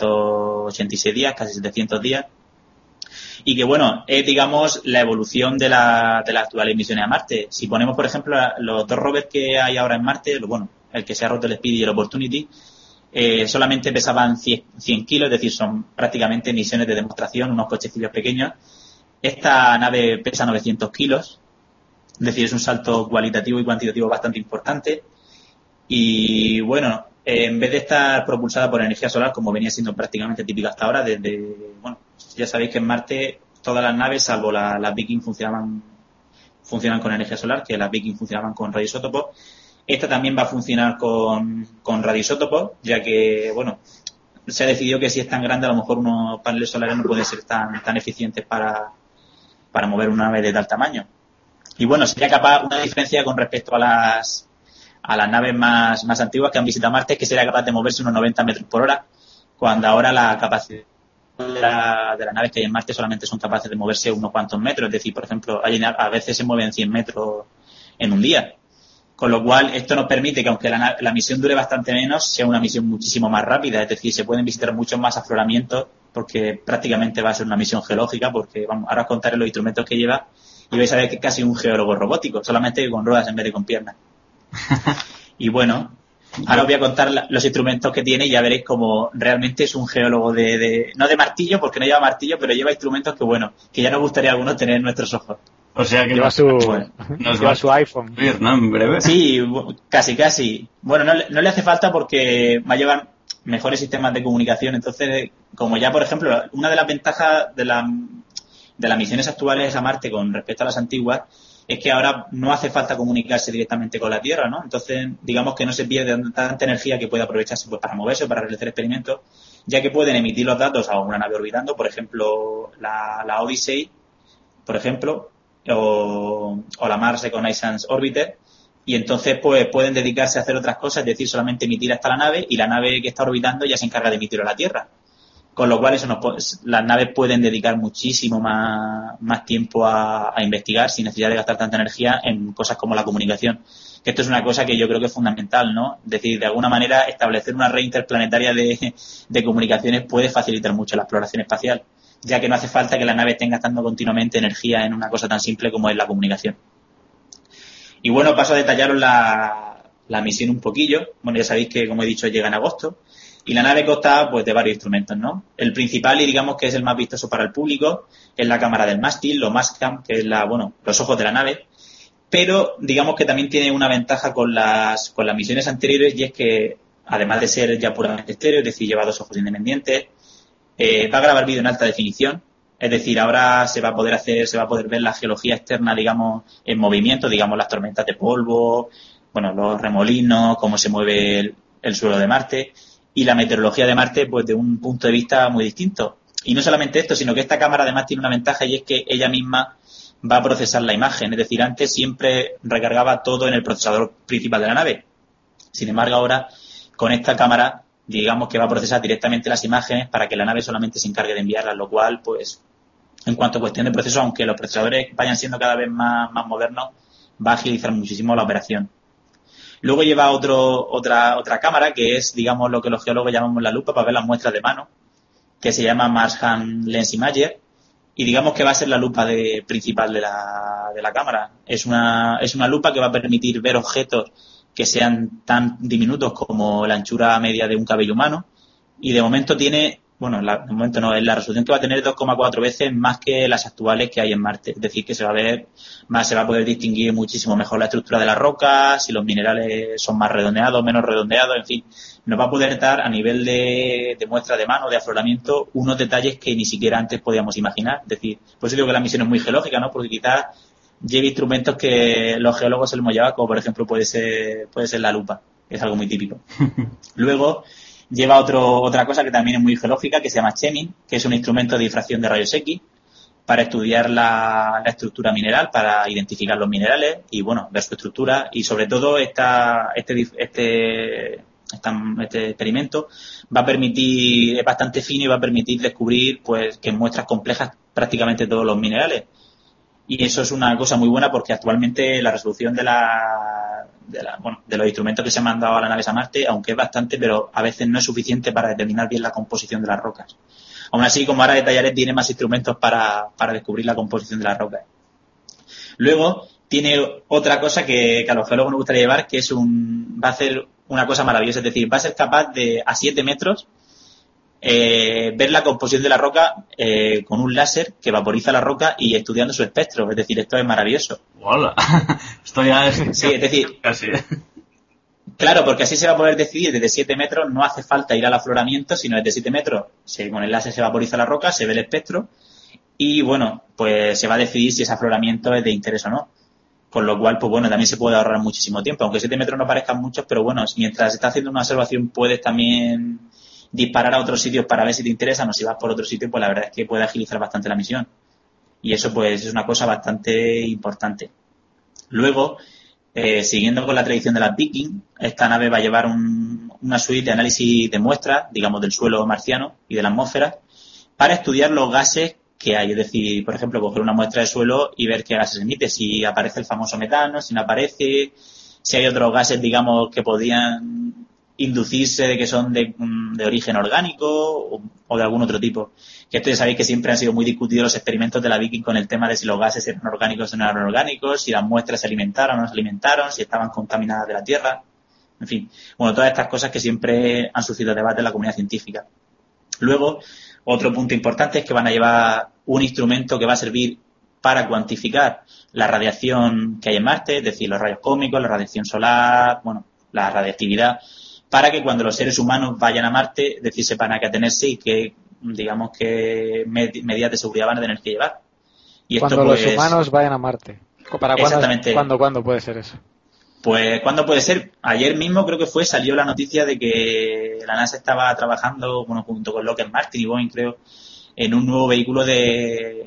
686 días, casi 700 días, y que, bueno, es, digamos, la evolución de las actuales misiones a Marte. Si ponemos, por ejemplo, los 2 rovers que hay ahora en Marte, el que se ha roto el Speed y el Opportunity, solamente pesaban 100 kilos, es decir, son prácticamente misiones de demostración, unos cochecillos pequeños. Esta nave pesa 900 kilos, es decir, es un salto cualitativo y cuantitativo bastante importante. Y bueno, en vez de estar propulsada por energía solar, como venía siendo prácticamente típico hasta ahora, bueno, ya sabéis que en Marte todas las naves, salvo las Viking, funcionan con energía solar, que las Viking funcionaban con radioisótopos. Esta también va a funcionar con radioisótopos, ya que, bueno, se ha decidido que si es tan grande, a lo mejor unos paneles solares no pueden ser tan eficientes para mover una nave de tal tamaño. Y bueno, sería capaz, una diferencia con respecto a las naves más antiguas que han visitado Marte, es que sería capaz de moverse unos 90 metros por hora, cuando ahora la capacidad de las naves que hay en Marte solamente son capaces de moverse unos cuantos metros. Es decir, por ejemplo, a veces se mueven 100 metros en un día. Con lo cual, esto nos permite que, aunque la misión dure bastante menos, sea una misión muchísimo más rápida. Es decir, se pueden visitar muchos más afloramientos, porque prácticamente va a ser una misión geológica, porque ahora os contaré los instrumentos que lleva y vais a ver que es casi un geólogo robótico, solamente con ruedas en vez de con piernas. Y bueno, ahora os voy a contar los instrumentos que tiene y ya veréis como realmente es un geólogo no de martillo, porque no lleva martillo, pero lleva instrumentos que ya nos gustaría a algunos tener en nuestros ojos. O sea que lleva su iPhone. ¿No? En breve. Sí, casi. Bueno, no le hace falta porque va a llevar mejores sistemas de comunicación. Entonces, como ya, por ejemplo, una de las ventajas de las misiones actuales a Marte con respecto a las antiguas es que ahora no hace falta comunicarse directamente con la Tierra, ¿no? Entonces, digamos que no se pierde tanta energía que puede aprovecharse pues para moverse o para realizar experimentos, ya que pueden emitir los datos a una nave orbitando, por ejemplo, la Odyssey, por ejemplo, o la Mars Reconnaissance Orbiter, y entonces pues pueden dedicarse a hacer otras cosas, es decir, solamente emitir hasta la nave, y la nave que está orbitando ya se encarga de emitirlo a la Tierra. Con lo cual las naves pueden dedicar muchísimo más tiempo a investigar sin necesidad de gastar tanta energía en cosas como la comunicación. Que esto es una cosa que yo creo que es fundamental, ¿no? Es decir, de alguna manera establecer una red interplanetaria de comunicaciones puede facilitar mucho la exploración espacial, ya que no hace falta que la nave esté gastando continuamente energía en una cosa tan simple como es la comunicación. Y bueno, paso a detallaros la misión un poquillo. Bueno, ya sabéis que, como he dicho, llega en agosto. Y la nave consta pues de varios instrumentos, ¿no? El principal, y digamos que es el más vistoso para el público, es la cámara del mástil, o mastcam, que es los ojos de la nave. Pero digamos que también tiene una ventaja con las misiones anteriores, y es que, además de ser ya puramente estéreo, es decir, lleva 2 ojos independientes, va a grabar vídeo en alta definición. Es decir, ahora se va a poder ver la geología externa, digamos, en movimiento, digamos, las tormentas de polvo, bueno, los remolinos, cómo se mueve el suelo de Marte, y la meteorología de Marte, pues de un punto de vista muy distinto. Y no solamente esto, sino que esta cámara además tiene una ventaja, y es que ella misma va a procesar la imagen. Es decir, antes siempre recargaba todo en el procesador principal de la nave. Sin embargo, ahora, con esta cámara, digamos que va a procesar directamente las imágenes para que la nave solamente se encargue de enviarlas, lo cual, pues, en cuanto a cuestión de proceso, aunque los procesadores vayan siendo cada vez más modernos, va a agilizar muchísimo la operación. Luego lleva otra cámara, que es, digamos, lo que los geólogos llamamos la lupa para ver las muestras de mano, que se llama Marsham Lens Imager, y digamos que va a ser la lupa principal de la cámara. Es una lupa que va a permitir ver objetos que sean tan diminutos como la anchura media de un cabello humano, y de momento tiene, la resolución que va a tener 2,4 veces más que las actuales que hay en Marte. Es decir, que se va a poder distinguir muchísimo mejor la estructura de las rocas, si los minerales son más redondeados, menos redondeados, en fin. Nos va a poder dar, a nivel de muestra de mano, de afloramiento, unos detalles que ni siquiera antes podíamos imaginar. Es decir, por eso digo que la misión es muy geológica, ¿no? Porque quizás lleve instrumentos que los geólogos se les llevar, como por ejemplo puede ser la lupa, que es algo muy típico. Luego lleva otra cosa que también es muy geológica, que se llama CHEMIN, que es un instrumento de difracción de rayos X para estudiar la estructura mineral, para identificar los minerales y, ver su estructura. Y sobre todo este experimento va a permitir, es bastante fino y va a permitir descubrir, pues, que en muestras complejas prácticamente todos los minerales. Y eso es una cosa muy buena, porque actualmente la resolución de los instrumentos que se han mandado a las naves a Marte, aunque es bastante, pero a veces no es suficiente para determinar bien la composición de las rocas. Aún así, como ahora detallaré, tiene más instrumentos para descubrir la composición de las rocas. Luego tiene otra cosa que a los geólogos nos gustaría llevar, que va a hacer una cosa maravillosa. Es decir, va a ser capaz de, a 7 metros, ver la composición de la roca con un láser que vaporiza la roca y estudiando su espectro. Es decir, esto es maravilloso. ¡Hola! Esto ya es... Sí, es decir... Casi. Claro, porque así se va a poder decidir desde 7 metros, no hace falta ir al afloramiento, sino desde 7 metros con el láser se vaporiza la roca, se ve el espectro y, pues se va a decidir si ese afloramiento es de interés o no. Con lo cual, pues también se puede ahorrar muchísimo tiempo. Aunque 7 metros no parezcan muchos, pero mientras se está haciendo una observación puedes también disparar a otros sitios para ver si te interesan, o si vas por otro sitio, pues la verdad es que puede agilizar bastante la misión. Y eso, pues, es una cosa bastante importante. Luego, siguiendo con la tradición de las Viking, esta nave va a llevar una suite de análisis de muestras, digamos, del suelo marciano y de la atmósfera, para estudiar los gases que hay. Es decir, por ejemplo, coger una muestra de suelo y ver qué gases emite, si aparece el famoso metano, si no aparece, si hay otros gases, digamos, que podrían inducirse de que son de origen orgánico o de algún otro tipo. Que esto ya sabéis que siempre han sido muy discutidos los experimentos de la Viking con el tema de si los gases eran orgánicos o no eran orgánicos, si las muestras se alimentaron o no se alimentaron, si estaban contaminadas de la Tierra. En fin, todas estas cosas que siempre han suscitado debate en la comunidad científica. Luego, otro punto importante es que van a llevar un instrumento que va a servir para cuantificar la radiación que hay en Marte, es decir, los rayos cósmicos, la radiación solar, la radiactividad, para que cuando los seres humanos vayan a Marte, es decir, sepan a qué atenerse y que, digamos, que medidas de seguridad van a tener que llevar. Y cuando esto, pues, los humanos vayan a Marte. ¿Para exactamente. ¿Cuándo puede ser eso? Pues, ¿cuándo puede ser? Ayer mismo creo que salió la noticia de que la NASA estaba trabajando, junto con Lockheed Martin y Boeing, creo, en un nuevo vehículo de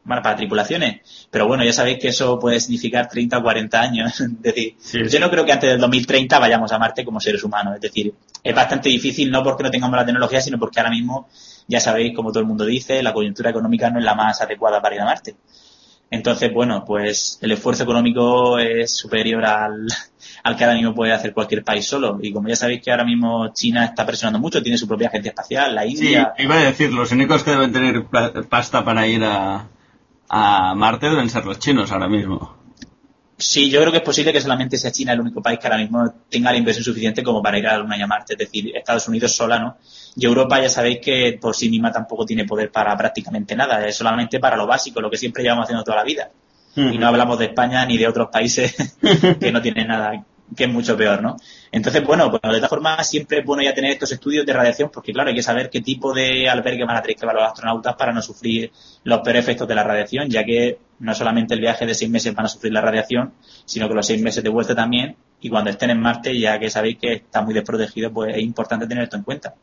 bueno, para tripulaciones. Pero bueno, ya sabéis que eso puede significar 30 o 40 años. Es decir, yo no creo que antes del 2030 vayamos a Marte como seres humanos. Es decir, es bastante difícil, no porque no tengamos la tecnología, sino porque ahora mismo, ya sabéis, como todo el mundo dice, la coyuntura económica no es la más adecuada para ir a Marte. Entonces, bueno, pues el esfuerzo económico es superior al que ahora mismo puede hacer cualquier país solo. Y como ya sabéis que ahora mismo China está presionando mucho, tiene su propia agencia espacial, la India... Sí, iba a decir, los únicos que deben tener pasta para ir a Marte deben ser los chinos ahora mismo. Sí, yo creo que es posible que solamente sea China el único país que ahora mismo tenga la inversión suficiente como para ir a la Luna y a Marte. Es decir, Estados Unidos sola, ¿no? Y Europa ya sabéis que por sí misma tampoco tiene poder para prácticamente nada. Es solamente para lo básico, lo que siempre llevamos haciendo toda la vida. Y no hablamos de España ni de otros países que no tienen nada, que es mucho peor, ¿no? Entonces, bueno, pues de esta forma siempre es bueno ya tener estos estudios de radiación porque, claro, hay que saber qué tipo de albergue van a tener que llevar los astronautas para no sufrir los peores efectos de la radiación, ya que no solamente el viaje de 6 meses van a sufrir la radiación, sino que los 6 meses de vuelta también, y cuando estén en Marte, ya que sabéis que está muy desprotegido, pues es importante tener esto en cuenta.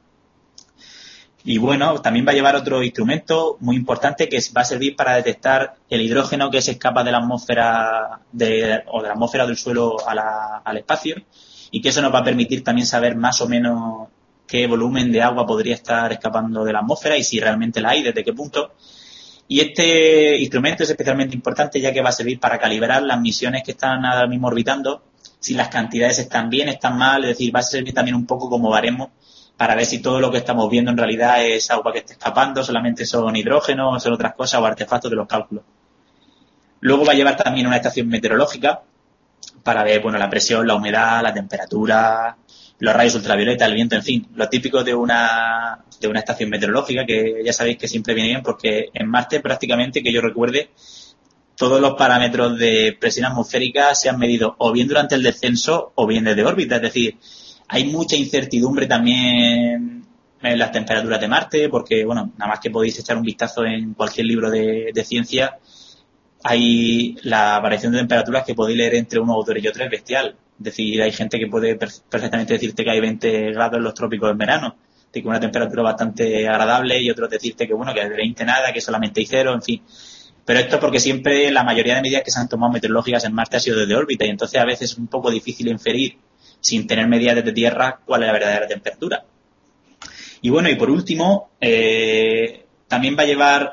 Y bueno, también va a llevar otro instrumento muy importante que va a servir para detectar el hidrógeno que se escapa de la atmósfera o de la atmósfera del suelo al espacio, y que eso nos va a permitir también saber más o menos qué volumen de agua podría estar escapando de la atmósfera y si realmente la hay, desde qué punto. Y este instrumento es especialmente importante ya que va a servir para calibrar las misiones que están ahora mismo orbitando, si las cantidades están bien, están mal, es decir, va a servir también un poco como baremo para ver si todo lo que estamos viendo en realidad es agua que está escapando, solamente son hidrógeno, son otras cosas o artefactos de los cálculos. Luego va a llevar también una estación meteorológica para ver, bueno, la presión, la humedad, la temperatura, los rayos ultravioleta, el viento, en fin, lo típico de una estación meteorológica, que ya sabéis que siempre viene bien porque en Marte prácticamente, que yo recuerde, todos los parámetros de presión atmosférica se han medido o bien durante el descenso o bien desde órbita, es decir, hay mucha incertidumbre también en las temperaturas de Marte, porque, bueno, nada más que podéis echar un vistazo en cualquier libro de ciencia, hay la variación de temperaturas que podéis leer entre unos autores y otros es bestial. Es decir, hay gente que puede perfectamente decirte que hay 20 grados en los trópicos en verano, de que una temperatura bastante agradable, y otros decirte que, bueno, que de 20 nada, que solamente hay 0, en fin. Pero esto porque siempre la mayoría de medidas que se han tomado meteorológicas en Marte ha sido desde órbita, y entonces a veces es un poco difícil inferir sin tener medidas desde Tierra cuál es la verdadera temperatura. Y bueno, y por último, también va a llevar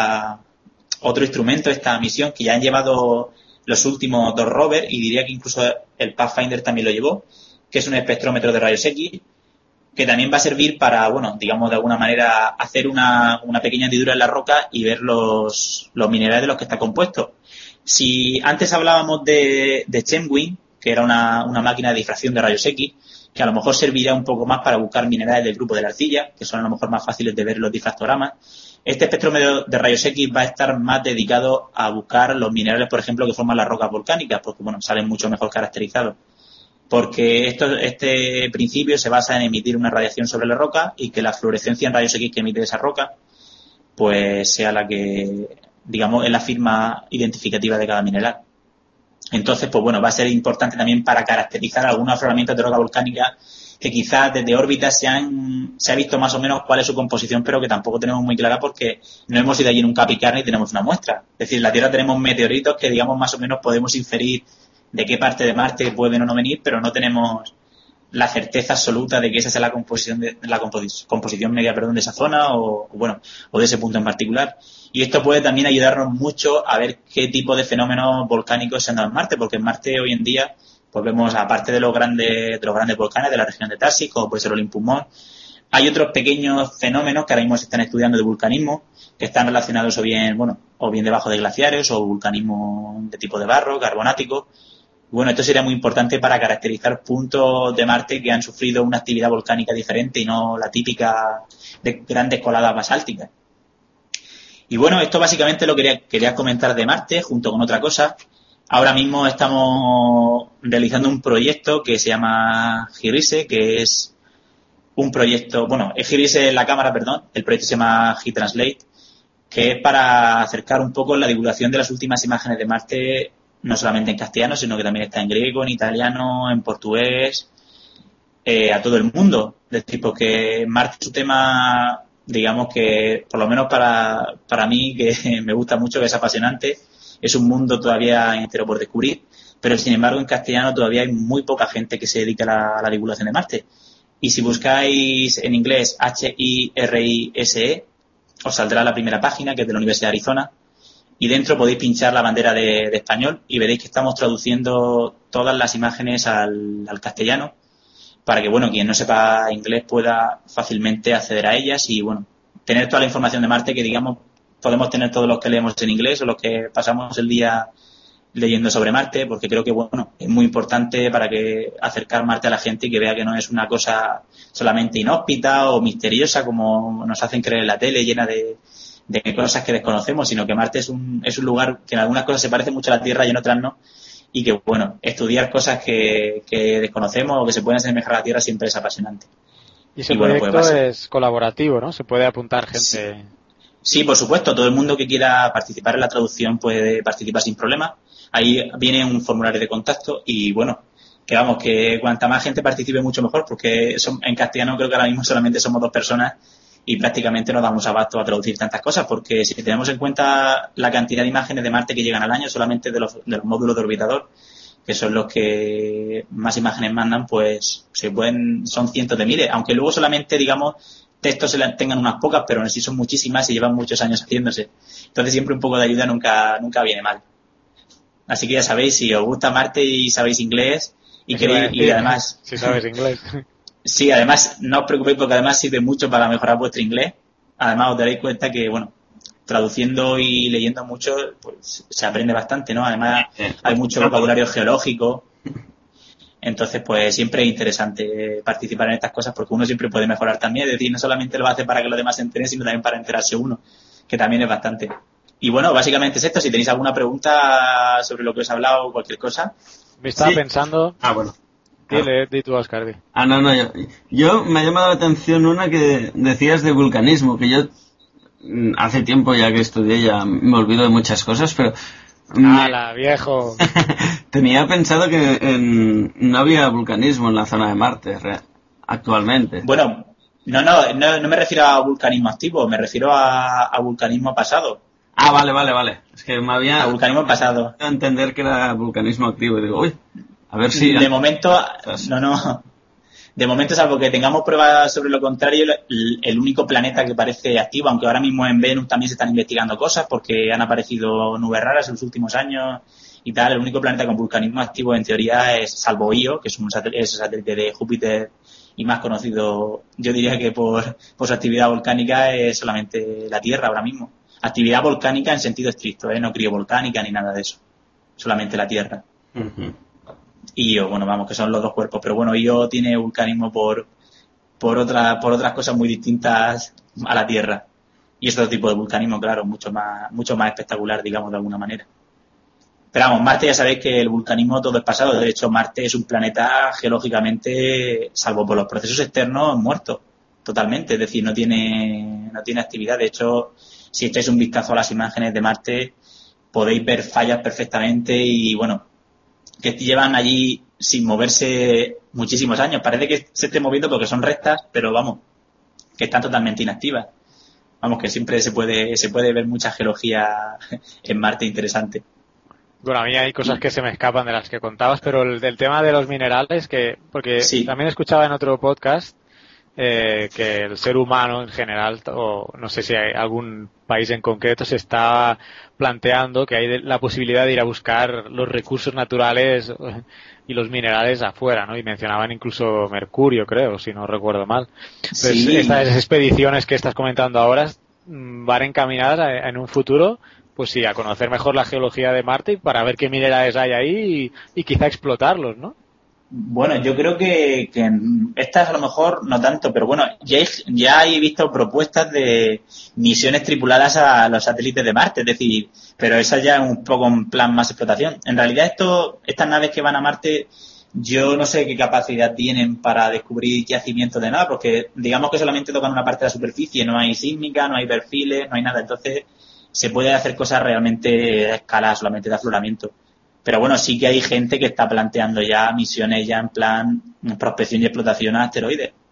otro instrumento esta misión que ya han llevado los últimos 2 rovers, y diría que incluso el Pathfinder también lo llevó, que es un espectrómetro de rayos X, que también va a servir para, bueno, digamos de alguna manera hacer una pequeña hendidura en la roca y ver los minerales de los que está compuesto. Si antes hablábamos de Chemwin, que era una máquina de difracción de rayos X, que a lo mejor serviría un poco más para buscar minerales del grupo de la arcilla, que son a lo mejor más fáciles de ver en los difractogramas. Este espectrómetro de rayos X va a estar más dedicado a buscar los minerales, por ejemplo, que forman las rocas volcánicas, porque, bueno, salen mucho mejor caracterizados. Porque este principio se basa en emitir una radiación sobre la roca y que la fluorescencia en rayos X que emite esa roca, pues sea la que, digamos, es la firma identificativa de cada mineral. Entonces, pues bueno, va a ser importante también para caracterizar algunos afloramientos de roca volcánica que quizás desde órbita se ha visto más o menos cuál es su composición, pero que tampoco tenemos muy clara porque no hemos ido allí nunca a picar ni tenemos una muestra. Es decir, en la Tierra tenemos meteoritos que, digamos, más o menos podemos inferir de qué parte de Marte pueden o no venir, pero no tenemos la certeza absoluta de que esa sea la composición media, de esa zona o de ese punto en particular. Y esto puede también ayudarnos mucho a ver qué tipo de fenómenos volcánicos se han dado en Marte, porque en Marte hoy en día pues vemos, aparte de los grandes volcanes de la región de Tarsis, como puede ser Olympus Mons, hay otros pequeños fenómenos que ahora mismo se están estudiando de vulcanismo, que están relacionados o bien debajo de glaciares o vulcanismo de tipo de barro, carbonático. Bueno, esto sería muy importante para caracterizar puntos de Marte que han sufrido una actividad volcánica diferente y no la típica de grandes coladas basálticas. Y bueno, esto básicamente lo quería comentar de Marte, junto con otra cosa. Ahora mismo estamos realizando un proyecto que se llama GIRISE, que es un proyecto, GIRISE es la cámara, el proyecto se llama GITranslate, que es para acercar un poco la divulgación de las últimas imágenes de Marte, no solamente en castellano, sino que también está en griego, en italiano, en portugués, a todo el mundo. Es decir, porque Marte es un tema digamos que, por lo menos para mí, que me gusta mucho, que es apasionante, es un mundo todavía entero por descubrir, pero sin embargo en castellano todavía hay muy poca gente que se dedica a la divulgación de Marte. Y si buscáis en inglés HIRISE, os saldrá la primera página, que es de la Universidad de Arizona, y dentro podéis pinchar la bandera de español y veréis que estamos traduciendo todas las imágenes al castellano para que, bueno, quien no sepa inglés pueda fácilmente acceder a ellas y, bueno, tener toda la información de Marte que, digamos, podemos tener todos los que leemos en inglés o los que pasamos el día leyendo sobre Marte, porque creo que, bueno, es muy importante para que acercar Marte a la gente y que vea que no es una cosa solamente inhóspita o misteriosa como nos hacen creer en la tele, llena de cosas que desconocemos, sino que Marte es un lugar que en algunas cosas se parece mucho a la Tierra y en otras no, y que, bueno, estudiar cosas que desconocemos o que se pueden asemejar a la Tierra siempre es apasionante. Y ese proyecto pues es colaborativo, ¿no? Se puede apuntar gente... Sí, por supuesto, todo el mundo que quiera participar en la traducción puede participar sin problema. Ahí viene un formulario de contacto y, bueno, que vamos, que cuanta más gente participe mucho mejor, porque en castellano creo que ahora mismo solamente somos 2 personas y prácticamente no damos abasto a traducir tantas cosas, porque si tenemos en cuenta la cantidad de imágenes de Marte que llegan al año solamente de los módulos de orbitador, que son los que más imágenes mandan, pues son cientos de miles, aunque luego solamente, digamos, textos tengan unas pocas, pero en sí son muchísimas y llevan muchos años haciéndose. Entonces siempre un poco de ayuda nunca viene mal. Así que ya sabéis, si os gusta Marte y sabéis inglés y además... Si sabes inglés. Sí, además, no os preocupéis porque además sirve mucho para mejorar vuestro inglés. Además, os daréis cuenta que, bueno, traduciendo y leyendo mucho, pues se aprende bastante, ¿no? Además, hay mucho vocabulario geológico. Entonces, pues siempre es interesante participar en estas cosas porque uno siempre puede mejorar también. Es decir, no solamente lo hace para que los demás se enteren, sino también para enterarse uno, que también es bastante. Y bueno, básicamente es esto. Si tenéis alguna pregunta sobre lo que os he hablado o cualquier cosa. Me estaba pensando... Bueno. Di tú, Óscar. No. Yo me ha llamado la atención una que decías de vulcanismo, que yo hace tiempo ya que estudié ya me olvido de muchas cosas, pero... ¡Hala, viejo! Tenía pensado que no había vulcanismo en la zona de Marte actualmente. Bueno, no me refiero a vulcanismo activo, me refiero a vulcanismo pasado. Vale. Es que me había... A vulcanismo pasado. A entender que era vulcanismo activo y digo, uy... A ver si... De momento, no. De momento, salvo que tengamos pruebas sobre lo contrario, el único planeta que parece activo, aunque ahora mismo en Venus también se están investigando cosas porque han aparecido nubes raras en los últimos años y tal, el único planeta con vulcanismo activo en teoría es, salvo Io, que es un satélite de Júpiter y más conocido, yo diría que por su actividad volcánica, es solamente la Tierra ahora mismo. Actividad volcánica en sentido estricto, no criovolcánica ni nada de eso. Solamente la Tierra. Uh-huh. Y Io, bueno, vamos, que son los 2 cuerpos, pero bueno, Io tiene vulcanismo por otras cosas muy distintas a la Tierra. Y es otro tipo de vulcanismo, claro, mucho más espectacular, digamos, de alguna manera. Pero vamos, Marte ya sabéis que el vulcanismo todo es pasado. De hecho, Marte es un planeta geológicamente, salvo por los procesos externos, muerto totalmente. Es decir, no tiene actividad. De hecho, si echáis un vistazo a las imágenes de Marte, podéis ver fallas perfectamente y, bueno, que llevan allí sin moverse muchísimos años. Parece que se esté moviendo porque son rectas, pero vamos, que están totalmente inactivas. Vamos, que siempre se puede ver mucha geología en Marte interesante. Bueno, a mí hay cosas que se me escapan de las que contabas, pero el del tema de los minerales, porque sí. También escuchaba en otro podcast que el ser humano en general, o no sé si hay algún país en concreto, se está planteando que hay la posibilidad de ir a buscar los recursos naturales y los minerales afuera, ¿no? Y mencionaban incluso mercurio, creo, si no recuerdo mal. Entonces, sí. Estas expediciones que estás comentando ahora van encaminadas en un futuro, pues sí, a conocer mejor la geología de Marte y para ver qué minerales hay ahí y quizá explotarlos, ¿no? Bueno, yo creo que estas a lo mejor no tanto, pero bueno, ya he visto propuestas de misiones tripuladas a los satélites de Marte, es decir, pero esa ya es un poco en plan más explotación. En realidad estas naves que van a Marte, yo no sé qué capacidad tienen para descubrir yacimientos de nada, porque digamos que solamente tocan una parte de la superficie, no hay sísmica, no hay perfiles, no hay nada, entonces se puede hacer cosas realmente a escala solamente de afloramiento. Pero bueno, sí que hay gente que está planteando ya misiones ya en plan prospección y explotación a asteroides.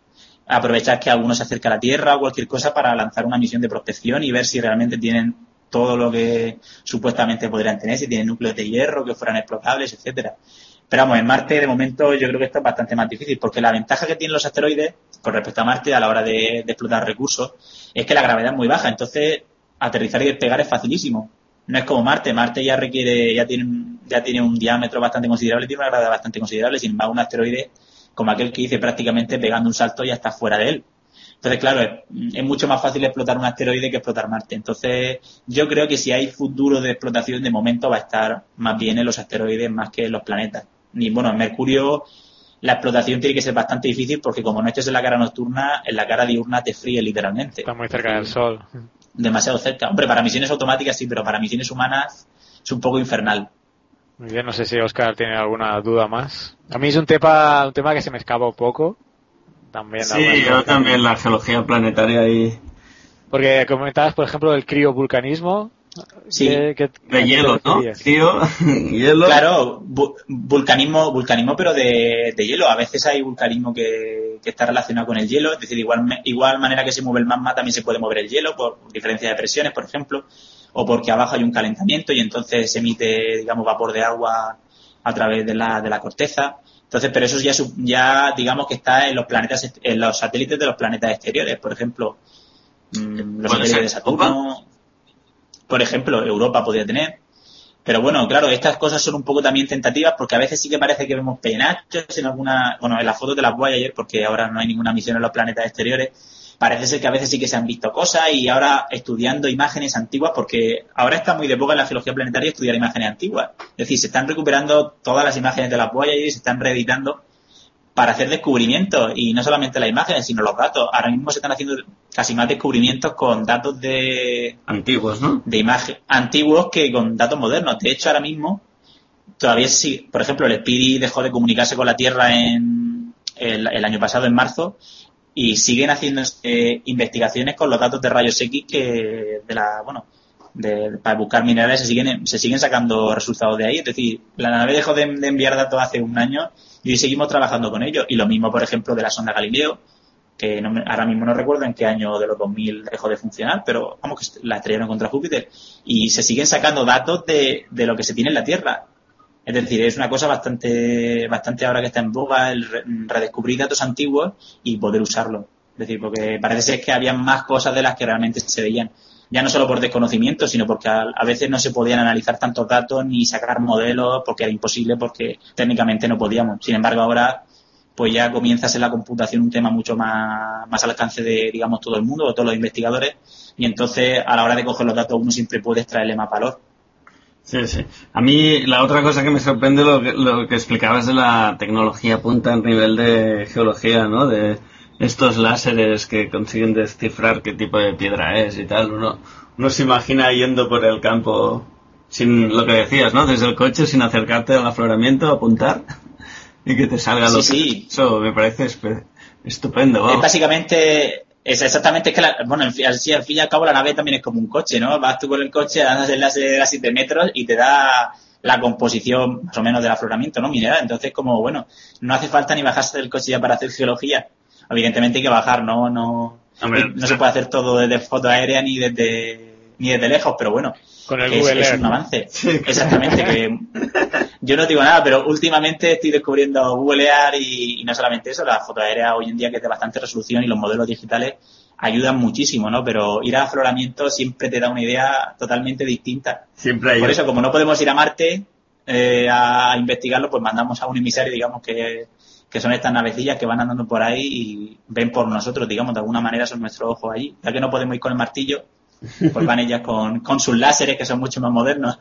aprovechar que alguno se acerca a la Tierra o cualquier cosa para lanzar una misión de prospección y ver si realmente tienen todo lo que supuestamente podrían tener, si tienen núcleos de hierro que fueran explotables, etcétera. Pero vamos, en Marte de momento yo creo que esto es bastante más difícil, porque la ventaja que tienen los asteroides con respecto a Marte a la hora de explotar recursos es que la gravedad es muy baja, entonces aterrizar y despegar es facilísimo. No es como Marte ya requiere, ya tiene un diámetro bastante considerable, tiene una gravedad bastante considerable, sin embargo un asteroide como aquel que dice prácticamente pegando un salto ya está fuera de él. Entonces, claro, es mucho más fácil explotar un asteroide que explotar Marte. Entonces, yo creo que si hay futuro de explotación, de momento va a estar más bien en los asteroides más que en los planetas. Y bueno, en Mercurio la explotación tiene que ser bastante difícil porque como no estés en la cara nocturna, en la cara diurna te fríe literalmente. Está muy cerca del Sol. Demasiado cerca. Hombre, para misiones automáticas sí, pero para misiones humanas es un poco infernal. Muy bien, no sé si Óscar tiene alguna duda más. A mí es un tema que se me escapa un poco. También sí, yo también la geología planetaria y... Porque comentabas, por ejemplo, el criovulcanismo. Sí, de hielo, ¿no? Crío, hielo. Claro, vulcanismo pero de hielo. A veces hay vulcanismo que está relacionado con el hielo. Es decir, igual manera que se mueve el magma también se puede mover el hielo por diferencia de presiones, por ejemplo. O porque abajo hay un calentamiento y entonces se emite, digamos, vapor de agua a través de la corteza. Entonces, pero eso ya digamos que está en los planetas, en los satélites de los planetas exteriores. Por ejemplo, los satélites de Saturno, por ejemplo, Europa podría tener. Pero bueno, claro, estas cosas son un poco también tentativas porque a veces sí que parece que vemos penachos en en las fotos de las Voyager, porque ahora no hay ninguna misión en los planetas exteriores. Parece ser que a veces sí que se han visto cosas y ahora estudiando imágenes antiguas, porque ahora está muy de boga en la geología planetaria estudiar imágenes antiguas. Es decir, se están recuperando todas las imágenes de las Voyager y se están reeditando para hacer descubrimientos. Y no solamente las imágenes, sino los datos. Ahora mismo se están haciendo casi más descubrimientos con datos antiguos, ¿no? De imagen antiguos que con datos modernos. De hecho, ahora mismo todavía sí. Por ejemplo, el SPIRI dejó de comunicarse con la Tierra el año pasado, en marzo, y siguen haciendo investigaciones con los datos de rayos X para buscar minerales, se siguen sacando resultados de ahí. Es decir, la nave dejó de enviar datos hace un año y hoy seguimos trabajando con ellos. Y lo mismo, por ejemplo, de la sonda Galileo, que ahora mismo no recuerdo en qué año de los 2000 dejó de funcionar, pero vamos, que la estrellaron contra Júpiter. Y se siguen sacando datos de lo que se tiene en la Tierra. Es decir, es una cosa bastante ahora que está en boga el redescubrir datos antiguos y poder usarlos. Es decir, porque parece ser que había más cosas de las que realmente se veían. Ya no solo por desconocimiento, sino porque a veces no se podían analizar tantos datos ni sacar modelos porque era imposible, porque técnicamente no podíamos. Sin embargo, ahora pues ya comienza a ser la computación un tema mucho más al alcance de, digamos, todo el mundo o todos los investigadores, y entonces a la hora de coger los datos uno siempre puede extraerle más valor. Sí, sí. A mí la otra cosa que me sorprende lo que explicabas de la tecnología punta en nivel de geología, ¿no? De estos láseres que consiguen descifrar qué tipo de piedra es y tal. Uno se imagina yendo por el campo sin lo que decías, ¿no? Desde el coche, sin acercarte al afloramiento, apuntar y que te salga lo que... Sí. Eso me parece estupendo. Vamos. Básicamente... Es exactamente, es que al fin y al cabo la nave también es como un coche, ¿no? Vas tú con el coche, andas el láser a 7 metros y te da la composición más o menos del afloramiento, ¿no? Mineral. Entonces, como, bueno, no hace falta ni bajarse del coche ya para hacer geología. Evidentemente hay que bajar, no se puede hacer todo desde foto aérea ni desde lejos, pero bueno, con el Google es un avance. Sí. Exactamente, que yo no digo nada, pero últimamente estoy descubriendo Google Earth y no solamente eso, la foto aérea hoy en día que es de bastante resolución y los modelos digitales ayudan muchísimo, ¿no? Pero ir a afloramiento siempre te da una idea totalmente distinta. Siempre hay. Por eso, como no podemos ir a Marte a investigarlo, pues mandamos a un emisario, digamos, que son estas navecillas que van andando por ahí y ven por nosotros, digamos, de alguna manera son nuestros ojos allí. Ya que no podemos ir con el martillo, pues van ellas con sus láseres, que son mucho más modernos.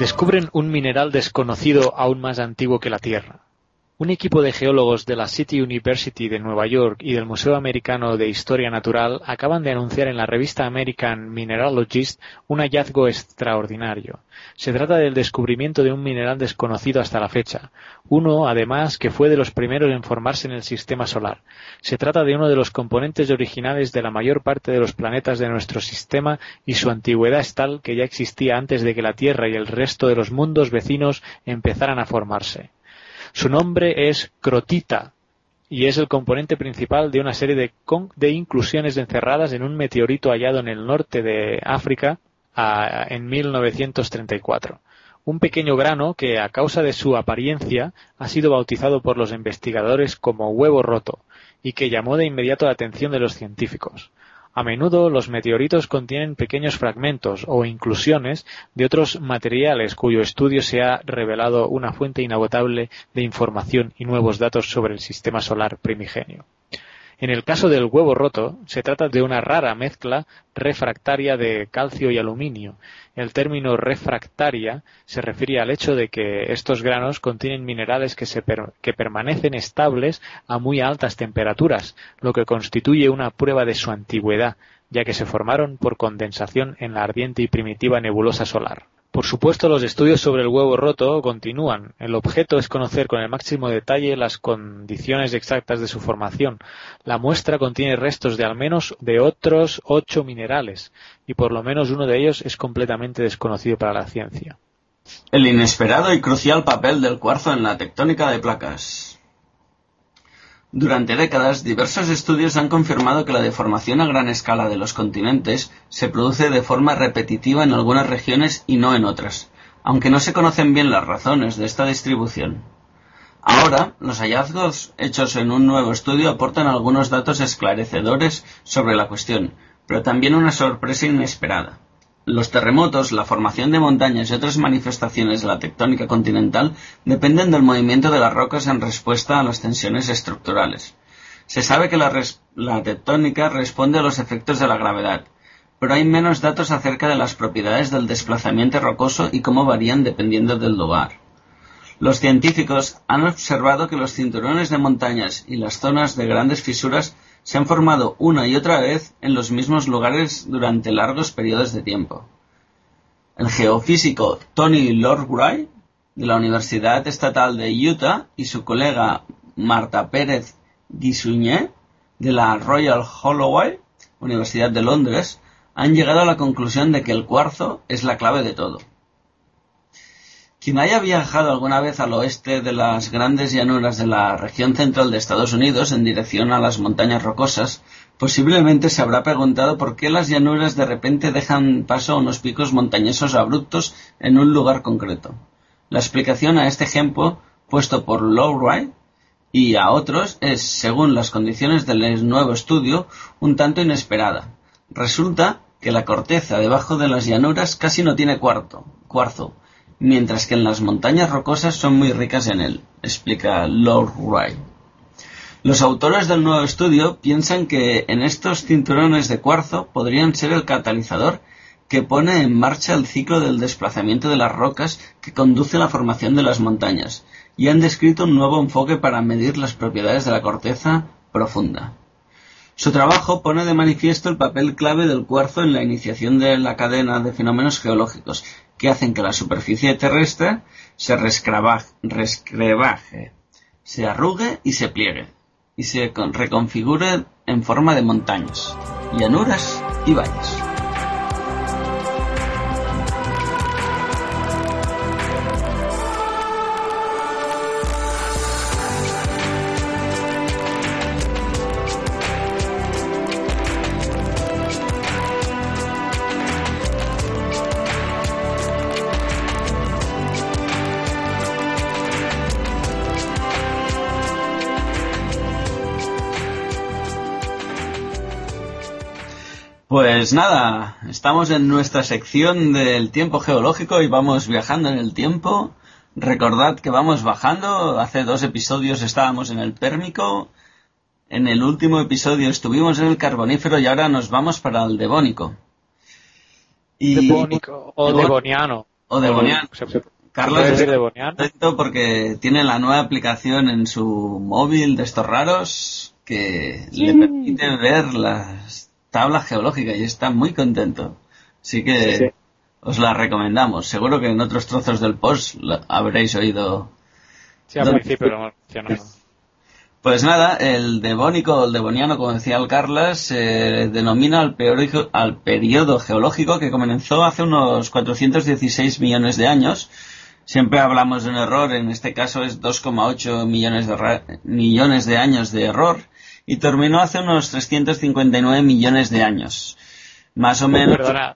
Descubren un mineral desconocido aún más antiguo que la Tierra. Un equipo de geólogos de la City University de Nueva York y del Museo Americano de Historia Natural acaban de anunciar en la revista American Mineralogist un hallazgo extraordinario. Se trata del descubrimiento de un mineral desconocido hasta la fecha, uno, además, que fue de los primeros en formarse en el sistema solar. Se trata de uno de los componentes originales de la mayor parte de los planetas de nuestro sistema y su antigüedad es tal que ya existía antes de que la Tierra y el resto de los mundos vecinos empezaran a formarse. Su nombre es crotita y es el componente principal de una serie de inclusiones encerradas en un meteorito hallado en el norte de África en 1934. Un pequeño grano que, a causa de su apariencia, ha sido bautizado por los investigadores como huevo roto y que llamó de inmediato la atención de los científicos. A menudo los meteoritos contienen pequeños fragmentos o inclusiones de otros materiales cuyo estudio se ha revelado una fuente inagotable de información y nuevos datos sobre el sistema solar primigenio. En el caso del huevo roto, se trata de una rara mezcla refractaria de calcio y aluminio. El término refractaria se refiere al hecho de que estos granos contienen minerales que permanecen estables a muy altas temperaturas, lo que constituye una prueba de su antigüedad, ya que se formaron por condensación en la ardiente y primitiva nebulosa solar. Por supuesto, los estudios sobre el huevo roto continúan. El objeto es conocer con el máximo detalle las condiciones exactas de su formación. La muestra contiene restos de al menos de otros 8 minerales, y por lo menos uno de ellos es completamente desconocido para la ciencia. El inesperado y crucial papel del cuarzo en la tectónica de placas. Durante décadas, diversos estudios han confirmado que la deformación a gran escala de los continentes se produce de forma repetitiva en algunas regiones y no en otras, aunque no se conocen bien las razones de esta distribución. Ahora, los hallazgos hechos en un nuevo estudio aportan algunos datos esclarecedores sobre la cuestión, pero también una sorpresa inesperada. Los terremotos, la formación de montañas y otras manifestaciones de la tectónica continental dependen del movimiento de las rocas en respuesta a las tensiones estructurales. Se sabe que la tectónica responde a los efectos de la gravedad, pero hay menos datos acerca de las propiedades del desplazamiento rocoso y cómo varían dependiendo del lugar. Los científicos han observado que los cinturones de montañas y las zonas de grandes fisuras se han formado una y otra vez en los mismos lugares durante largos periodos de tiempo. El geofísico Tony Lovegrove, de la Universidad Estatal de Utah, y su colega Marta Pérez Guissuñé, de la Royal Holloway, Universidad de Londres, han llegado a la conclusión de que el cuarzo es la clave de todo. Quien haya viajado alguna vez al oeste de las grandes llanuras de la región central de Estados Unidos en dirección a las montañas rocosas, posiblemente se habrá preguntado por qué las llanuras de repente dejan paso a unos picos montañosos abruptos en un lugar concreto. La explicación a este ejemplo, puesto por Lovegrove y a otros, es, según las condiciones del nuevo estudio, un tanto inesperada. Resulta que la corteza debajo de las llanuras casi no tiene cuarzo, mientras que en las montañas rocosas son muy ricas en él, explica Lovegrove. Los autores del nuevo estudio piensan que en estos cinturones de cuarzo podrían ser el catalizador que pone en marcha el ciclo del desplazamiento de las rocas que conduce a la formación de las montañas, y han descrito un nuevo enfoque para medir las propiedades de la corteza profunda. Su trabajo pone de manifiesto el papel clave del cuarzo en la iniciación de la cadena de fenómenos geológicos que hacen que la superficie terrestre se rescrebaje, se arrugue y se pliegue, y se reconfigure en forma de montañas, llanuras y valles. Pues nada, estamos en nuestra sección del tiempo geológico y vamos viajando en el tiempo. Recordad que vamos bajando, hace 2 episodios estábamos en el Pérmico, en el último episodio estuvimos en el Carbonífero y ahora nos vamos para el Devónico. Devónico o Devoniano. O devoniano. Carlos puede ser está devoniano. contento porque tiene la nueva aplicación en su móvil de estos raros que le permite ver las tablas geológicas y está muy contento. Así que os la recomendamos. Seguro que en otros trozos del post habréis oído. Sí, al principio lo hemos mencionado. Pues nada, el devónico o el devoniano, como decía el Carlos, se denomina al periodo geológico que comenzó hace unos 416 millones de años. Siempre hablamos de un error, en este caso es 2,8 millones de años de error, y terminó hace unos 359 millones de años. Más o menos. Perdona,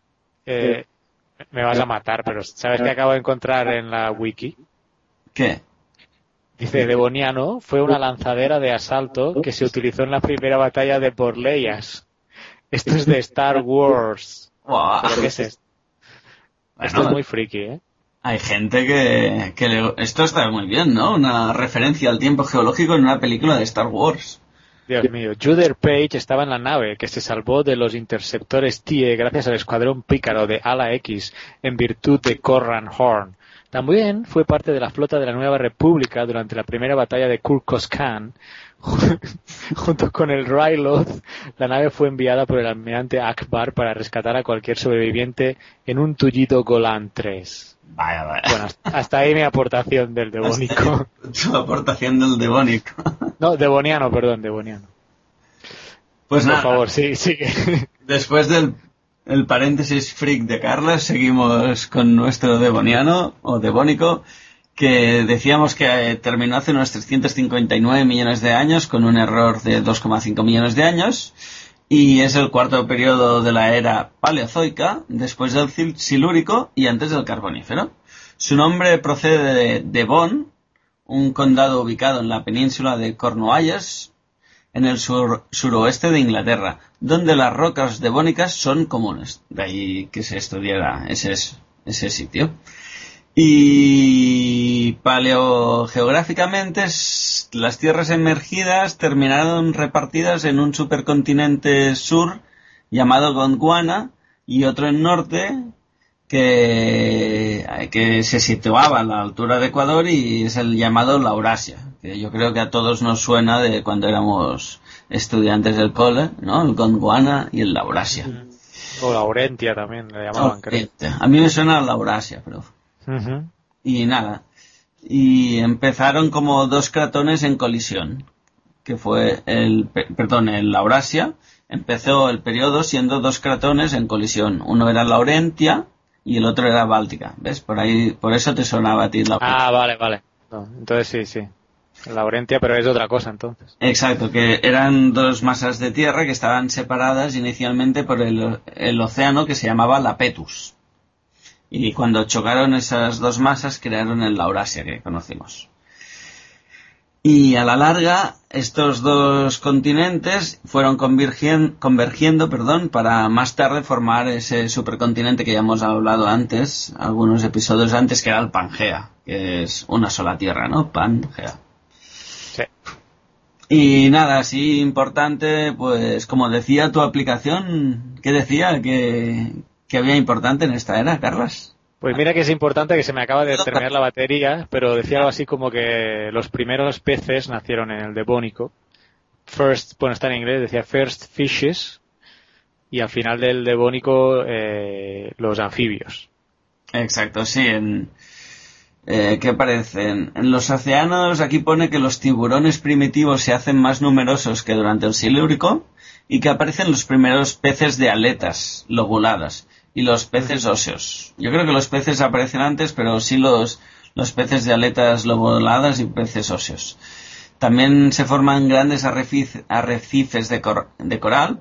me vas a matar, pero ¿sabes qué acabo de encontrar en la wiki? ¿Qué? Dice, devoniano fue una lanzadera de asalto que se utilizó en la primera batalla de Borleias. Esto es de Star Wars. Wow. ¿Pero qué es esto? Esto es muy friki, ¿eh? Hay gente que esto está muy bien, ¿no? Una referencia al tiempo geológico en una película de Star Wars. Dios mío, Juder Page estaba en la nave que se salvó de los interceptores TIE gracias al escuadrón pícaro de Ala X en virtud de Corran Horn. También fue parte de la flota de la Nueva República durante la primera batalla de Kukulkan. Junto con el Ryloth, la nave fue enviada por el almirante Akbar para rescatar a cualquier sobreviviente en un tullido Golan 3. Vaya. Bueno, hasta ahí mi aportación del devónico. Tu aportación del devónico. No, devoniano. Pues nada. Por favor, sí, sigue. Después del paréntesis freak de Carlos, seguimos con nuestro devoniano o devónico, que decíamos que terminó hace unos 359 millones de años con un error de 2,5 millones de años, y es el cuarto periodo de la era paleozoica, después del silúrico y antes del carbonífero. Su nombre procede de Devon, un condado ubicado en la península de Cornualles, en el suroeste de Inglaterra, donde las rocas devónicas son comunes. De ahí que se estudiara ese sitio. Y paleogeográficamente, las tierras emergidas terminaron repartidas en un supercontinente sur llamado Gondwana y otro en norte que se situaba a la altura de Ecuador y es el llamado Laurasia, que yo creo que a todos nos suena de cuando éramos estudiantes del cole, ¿no? El Gondwana y el Laurasia. O Laurentia también le llamaban, creo. A mí me suena Laurasia, pero... Y nada, y empezaron como dos cratones en colisión, que fue el Laurasia. Empezó el periodo siendo dos cratones en colisión. Uno era Laurentia y el otro era Báltica. ¿Ves? Por eso te sonaba a ti la... Ah, vale. No, entonces sí. Laurentia, pero es otra cosa entonces. Exacto, que eran dos masas de tierra que estaban separadas inicialmente por el océano que se llamaba Lapetus. Y cuando chocaron esas dos masas crearon el Laurasia que conocimos. Y a la larga estos dos continentes fueron convergiendo, para más tarde formar ese supercontinente que ya hemos hablado antes, algunos episodios antes, que era el Pangea, que es una sola tierra, ¿no? Pangea. Sí. Y nada, así importante, pues como decía tu aplicación, ¿qué decía que había importante en esta era, Carlos? Pues mira que es importante, que se me acaba de terminar la batería, pero decía algo así como que los primeros peces nacieron en el Devónico. Está en inglés, decía first fishes, y al final del Devónico los anfibios. Exacto, sí. ¿Qué aparecen? En los océanos aquí pone que los tiburones primitivos se hacen más numerosos que durante el Silúrico y que aparecen los primeros peces de aletas lobuladas y los peces óseos. Yo creo que los peces aparecen antes, pero sí los peces de aletas lobuladas y peces óseos. También se forman grandes arrecifes de coral.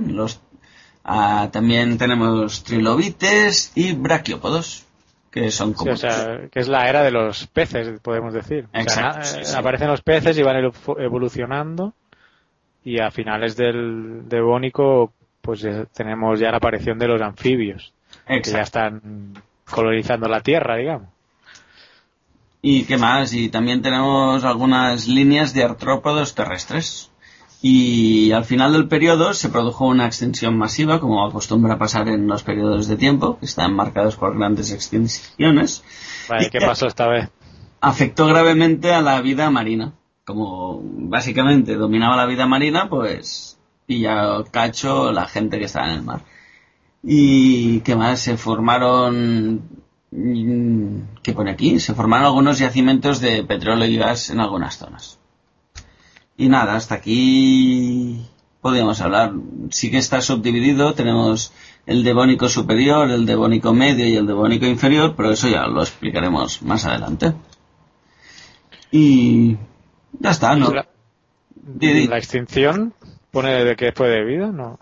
También tenemos trilobites y braquiópodos, que son como... Sí, o sea, que es la era de los peces, podemos decir. Exacto, o sea, sí. Aparecen los peces y van evolucionando, y a finales del Devónico pues tenemos ya la aparición de los anfibios. Exacto. Que ya están colonizando la Tierra, digamos. ¿Y qué más? Y también tenemos algunas líneas de artrópodos terrestres. Y al final del periodo se produjo una extinción masiva, como acostumbra pasar en los periodos de tiempo, que están marcados por grandes extinciones. Vale, ¿qué pasó esta vez? Afectó gravemente a la vida marina. Como básicamente dominaba la vida marina, pues pilla cacho la gente que estaba en el mar. Y qué más, se formaron, ¿qué pone aquí? Se formaron algunos yacimientos de petróleo y gas en algunas zonas. Y nada, hasta aquí podríamos hablar. Sí que está subdividido, tenemos el Devónico superior, el Devónico medio y el Devónico inferior, pero eso ya lo explicaremos más adelante. Y ya está, ¿no? ¿La extinción pone de qué fue debido? No.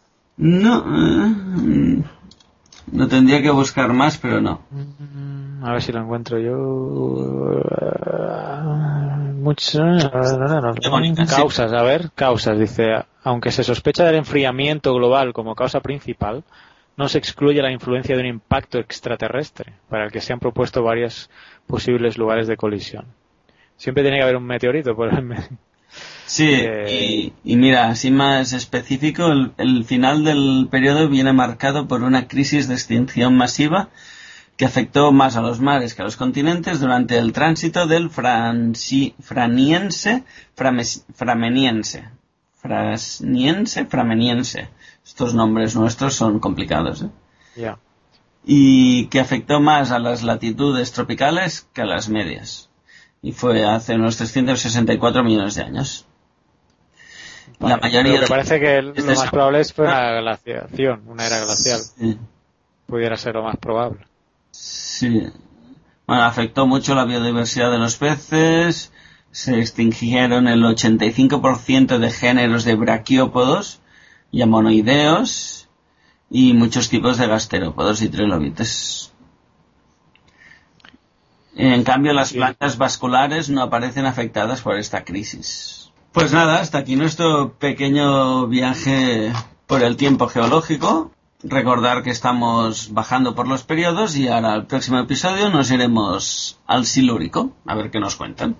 No tendría que buscar más, pero no. A ver si lo encuentro yo. Causas, a ver, causas, dice. Aunque se sospecha del enfriamiento global como causa principal, no se excluye la influencia de un impacto extraterrestre, para el que se han propuesto varios posibles lugares de colisión. Siempre tiene que haber un meteorito por el medio. Sí, y mira, así más específico, el final del periodo viene marcado por una crisis de extinción masiva que afectó más a los mares que a los continentes durante el tránsito del Frasniense, Frameniense. Estos nombres nuestros son complicados, ¿eh? Yeah. Y que afectó más a las latitudes tropicales que a las medias. Y fue hace unos 364 millones de años. Vale, la mayoría me parece que lo es más probable es una glaciación, una era glacial. Sí. Pudiera ser lo más probable. Sí. Bueno, afectó mucho la biodiversidad de los peces, se extinguieron el 85% de géneros de braquiópodos y amonoideos y muchos tipos de gasterópodos y trilobites. En cambio, las plantas vasculares no aparecen afectadas por esta crisis. Pues nada, hasta aquí nuestro pequeño viaje por el tiempo geológico. Recordar que estamos bajando por los periodos y ahora al próximo episodio nos iremos al Silúrico, a ver qué nos cuentan.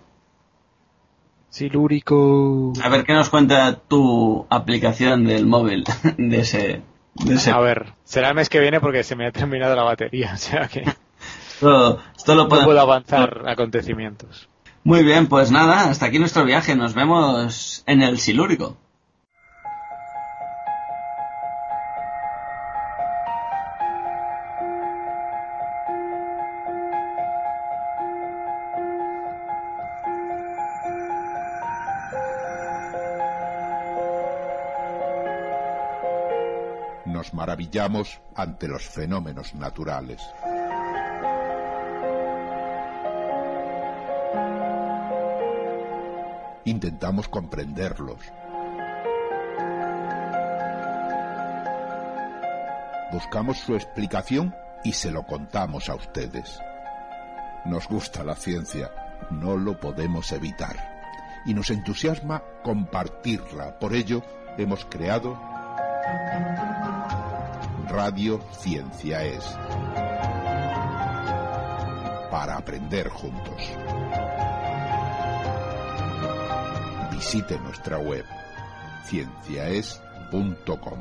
Silúrico. A ver qué nos cuenta tu aplicación del móvil de ese... A ver, será el mes que viene porque se me ha terminado la batería, o sea que Esto lo no puedo avanzar acontecimientos. Muy bien, pues nada, hasta aquí nuestro viaje. Nos vemos en el Silúrico. Nos maravillamos ante los fenómenos naturales. Intentamos comprenderlos. Buscamos su explicación y se lo contamos a ustedes. Nos gusta la ciencia, no lo podemos evitar. Y nos entusiasma compartirla. Por ello, hemos creado Radio Ciencia Es. Para aprender juntos. Visite nuestra web cienciaes.com.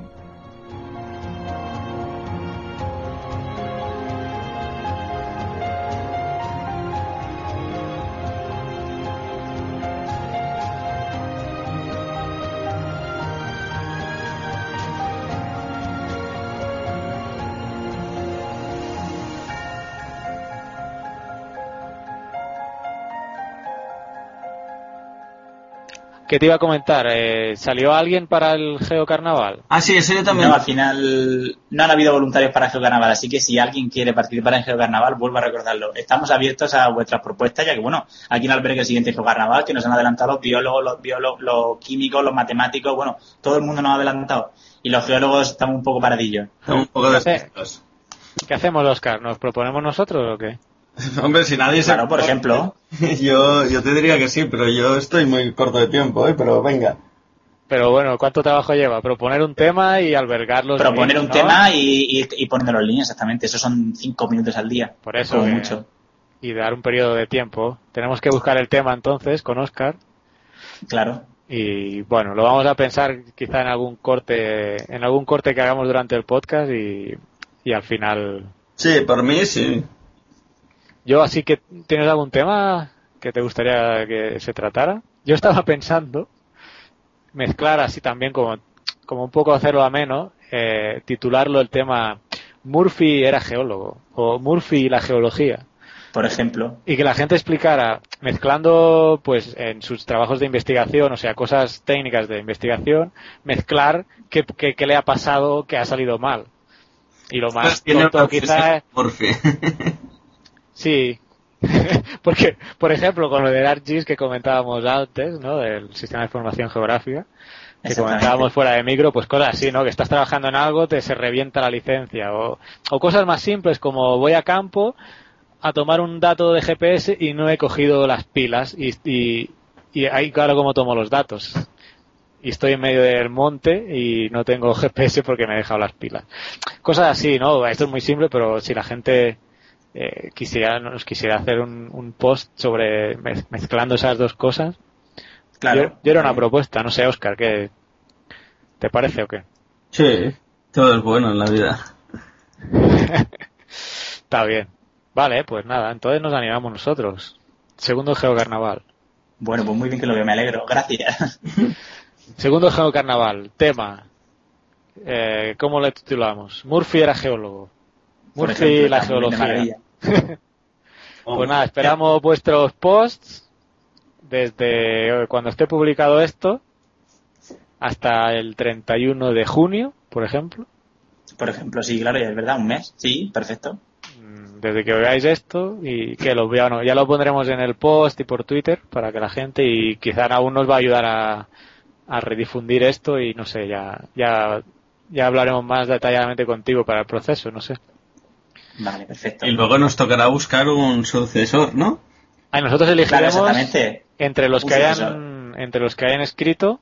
¿Qué te iba a comentar? ¿Salió alguien para el Geocarnaval? Ah, sí, eso yo también. No, al final no han habido voluntarios para Geocarnaval, así que si alguien quiere participar en Geocarnaval, vuelvo a recordarlo. Estamos abiertos a vuestras propuestas, ya que, bueno, aquí en albergue el siguiente Geocarnaval, que nos han adelantado los biólogos, los químicos, los matemáticos, bueno, todo el mundo nos ha adelantado. Y los geólogos estamos un poco paradillos. Un poco despistos. ¿Qué hacemos, Óscar? ¿Nos proponemos nosotros o qué? Hombre, si nadie se... Claro, por ejemplo. Yo te diría que sí, pero yo estoy muy corto de tiempo, pero venga. Pero bueno, ¿cuánto trabajo lleva? Proponer un tema y albergarlos. Proponer un tema y ponerlo en línea, exactamente. Eso son 5 minutos al día. Por eso. Como mucho. Y dar un periodo de tiempo. Tenemos que buscar el tema entonces con Óscar. Claro. Y bueno, lo vamos a pensar quizá en algún corte que hagamos durante el podcast y al final. Sí, por mí sí. Yo, así que, ¿tienes algún tema que te gustaría que se tratara? Yo estaba pensando mezclar así también como un poco hacerlo ameno, titularlo el tema Murphy era geólogo o Murphy y la geología. Por ejemplo. Y que la gente explicara, mezclando pues en sus trabajos de investigación, o sea, cosas técnicas de investigación, mezclar qué le ha pasado que ha salido mal. Y lo más tonto quizá es... Murphy. Sí. Porque, por ejemplo, con lo de ArcGIS que comentábamos antes, ¿no? Del sistema de información geográfica, que comentábamos fuera de micro, pues cosas así, ¿no? Que estás trabajando en algo, se revienta la licencia. O cosas más simples como voy a campo a tomar un dato de GPS y no he cogido las pilas y ahí claro cómo tomo los datos. Y estoy en medio del monte y no tengo GPS porque me he dejado las pilas. Cosas así, ¿no? Esto es muy simple, pero si la gente nos quisiera hacer un post sobre mezclando esas dos cosas. Claro. Yo era una propuesta, no sé, Óscar, ¿qué te parece o qué? Sí, todo es bueno en la vida. Está bien. Vale, pues nada, entonces nos animamos nosotros. Segundo Geocarnaval. Bueno, pues muy bien que lo veo, me alegro. Gracias. Segundo Geocarnaval. Tema. ¿Cómo le titulamos? Murphy era geólogo. Murphy y la geología. Pues nada, esperamos vuestros posts desde cuando esté publicado esto hasta el 31 de junio, por ejemplo. Por ejemplo, sí, claro, ya es verdad, un mes. Sí, perfecto. Desde que veáis esto y que ya lo pondremos en el post y por Twitter para que la gente y quizá aún nos va a ayudar a redifundir esto y no sé, ya hablaremos más detalladamente contigo para el proceso, no sé. Vale, perfecto. Y luego nos tocará buscar un sucesor, ¿no? Nosotros elegiremos entre los que hayan escrito,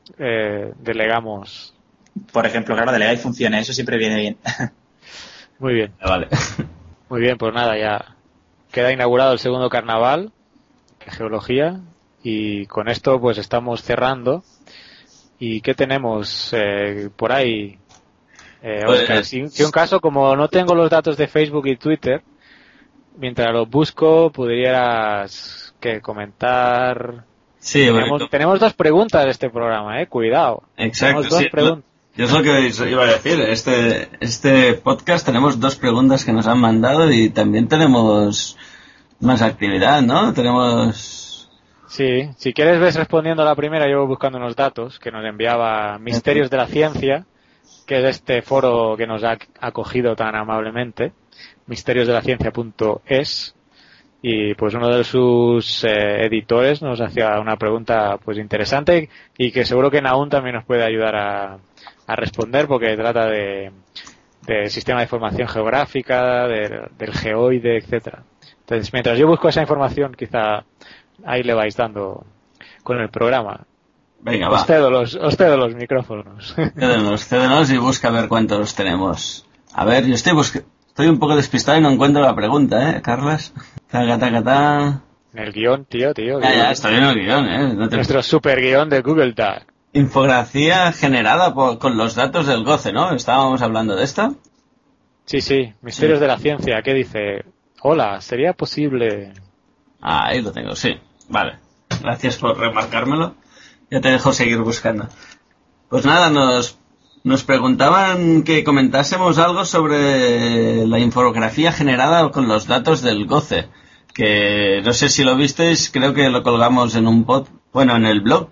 delegamos. Por ejemplo, claro, delegáis funciones, eso siempre viene bien. Muy bien. Vale. Muy bien, pues nada, ya queda inaugurado el segundo carnaval de geología y con esto pues estamos cerrando. ¿Y qué tenemos por ahí? Óscar, si un caso, como no tengo los datos de Facebook y Twitter, mientras los busco, pudieras comentar. Sí, tenemos dos preguntas de este programa, cuidado. Exacto, tenemos dos preguntas. Yo es lo que iba a decir. Este podcast tenemos dos preguntas que nos han mandado y también tenemos más actividad, ¿no? Tenemos... Sí, si quieres ves respondiendo a la primera, yo voy buscando unos datos que nos enviaba Misterios de la Ciencia, que es este foro que nos ha acogido tan amablemente, misteriosdelaciencia.es, y pues uno de sus editores nos hacía una pregunta pues interesante y que seguro que Naún también nos puede ayudar a responder porque trata de sistema de información geográfica, del geoide, etcétera. Entonces, mientras yo busco esa información, quizá ahí le vais dando con el programa. Venga, os cedo los micrófonos. Cédenos y busca a ver cuántos tenemos. A ver, yo estoy un poco despistado y no encuentro la pregunta, Carlas. En el guión, tío. Ya, estoy en el guión, Nuestro super guión de Google Doc. Infografía generada con los datos del goce, ¿no? ¿Estábamos hablando de esto? Sí. Misterios de la Ciencia. ¿Qué dice? Hola, ¿sería posible...? Ahí lo tengo, sí. Vale. Gracias por remarcármelo. Ya te dejo seguir buscando. Pues nada, nos preguntaban que comentásemos algo sobre la infografía generada con los datos del goce. Que no sé si lo visteis, creo que lo colgamos en en el blog,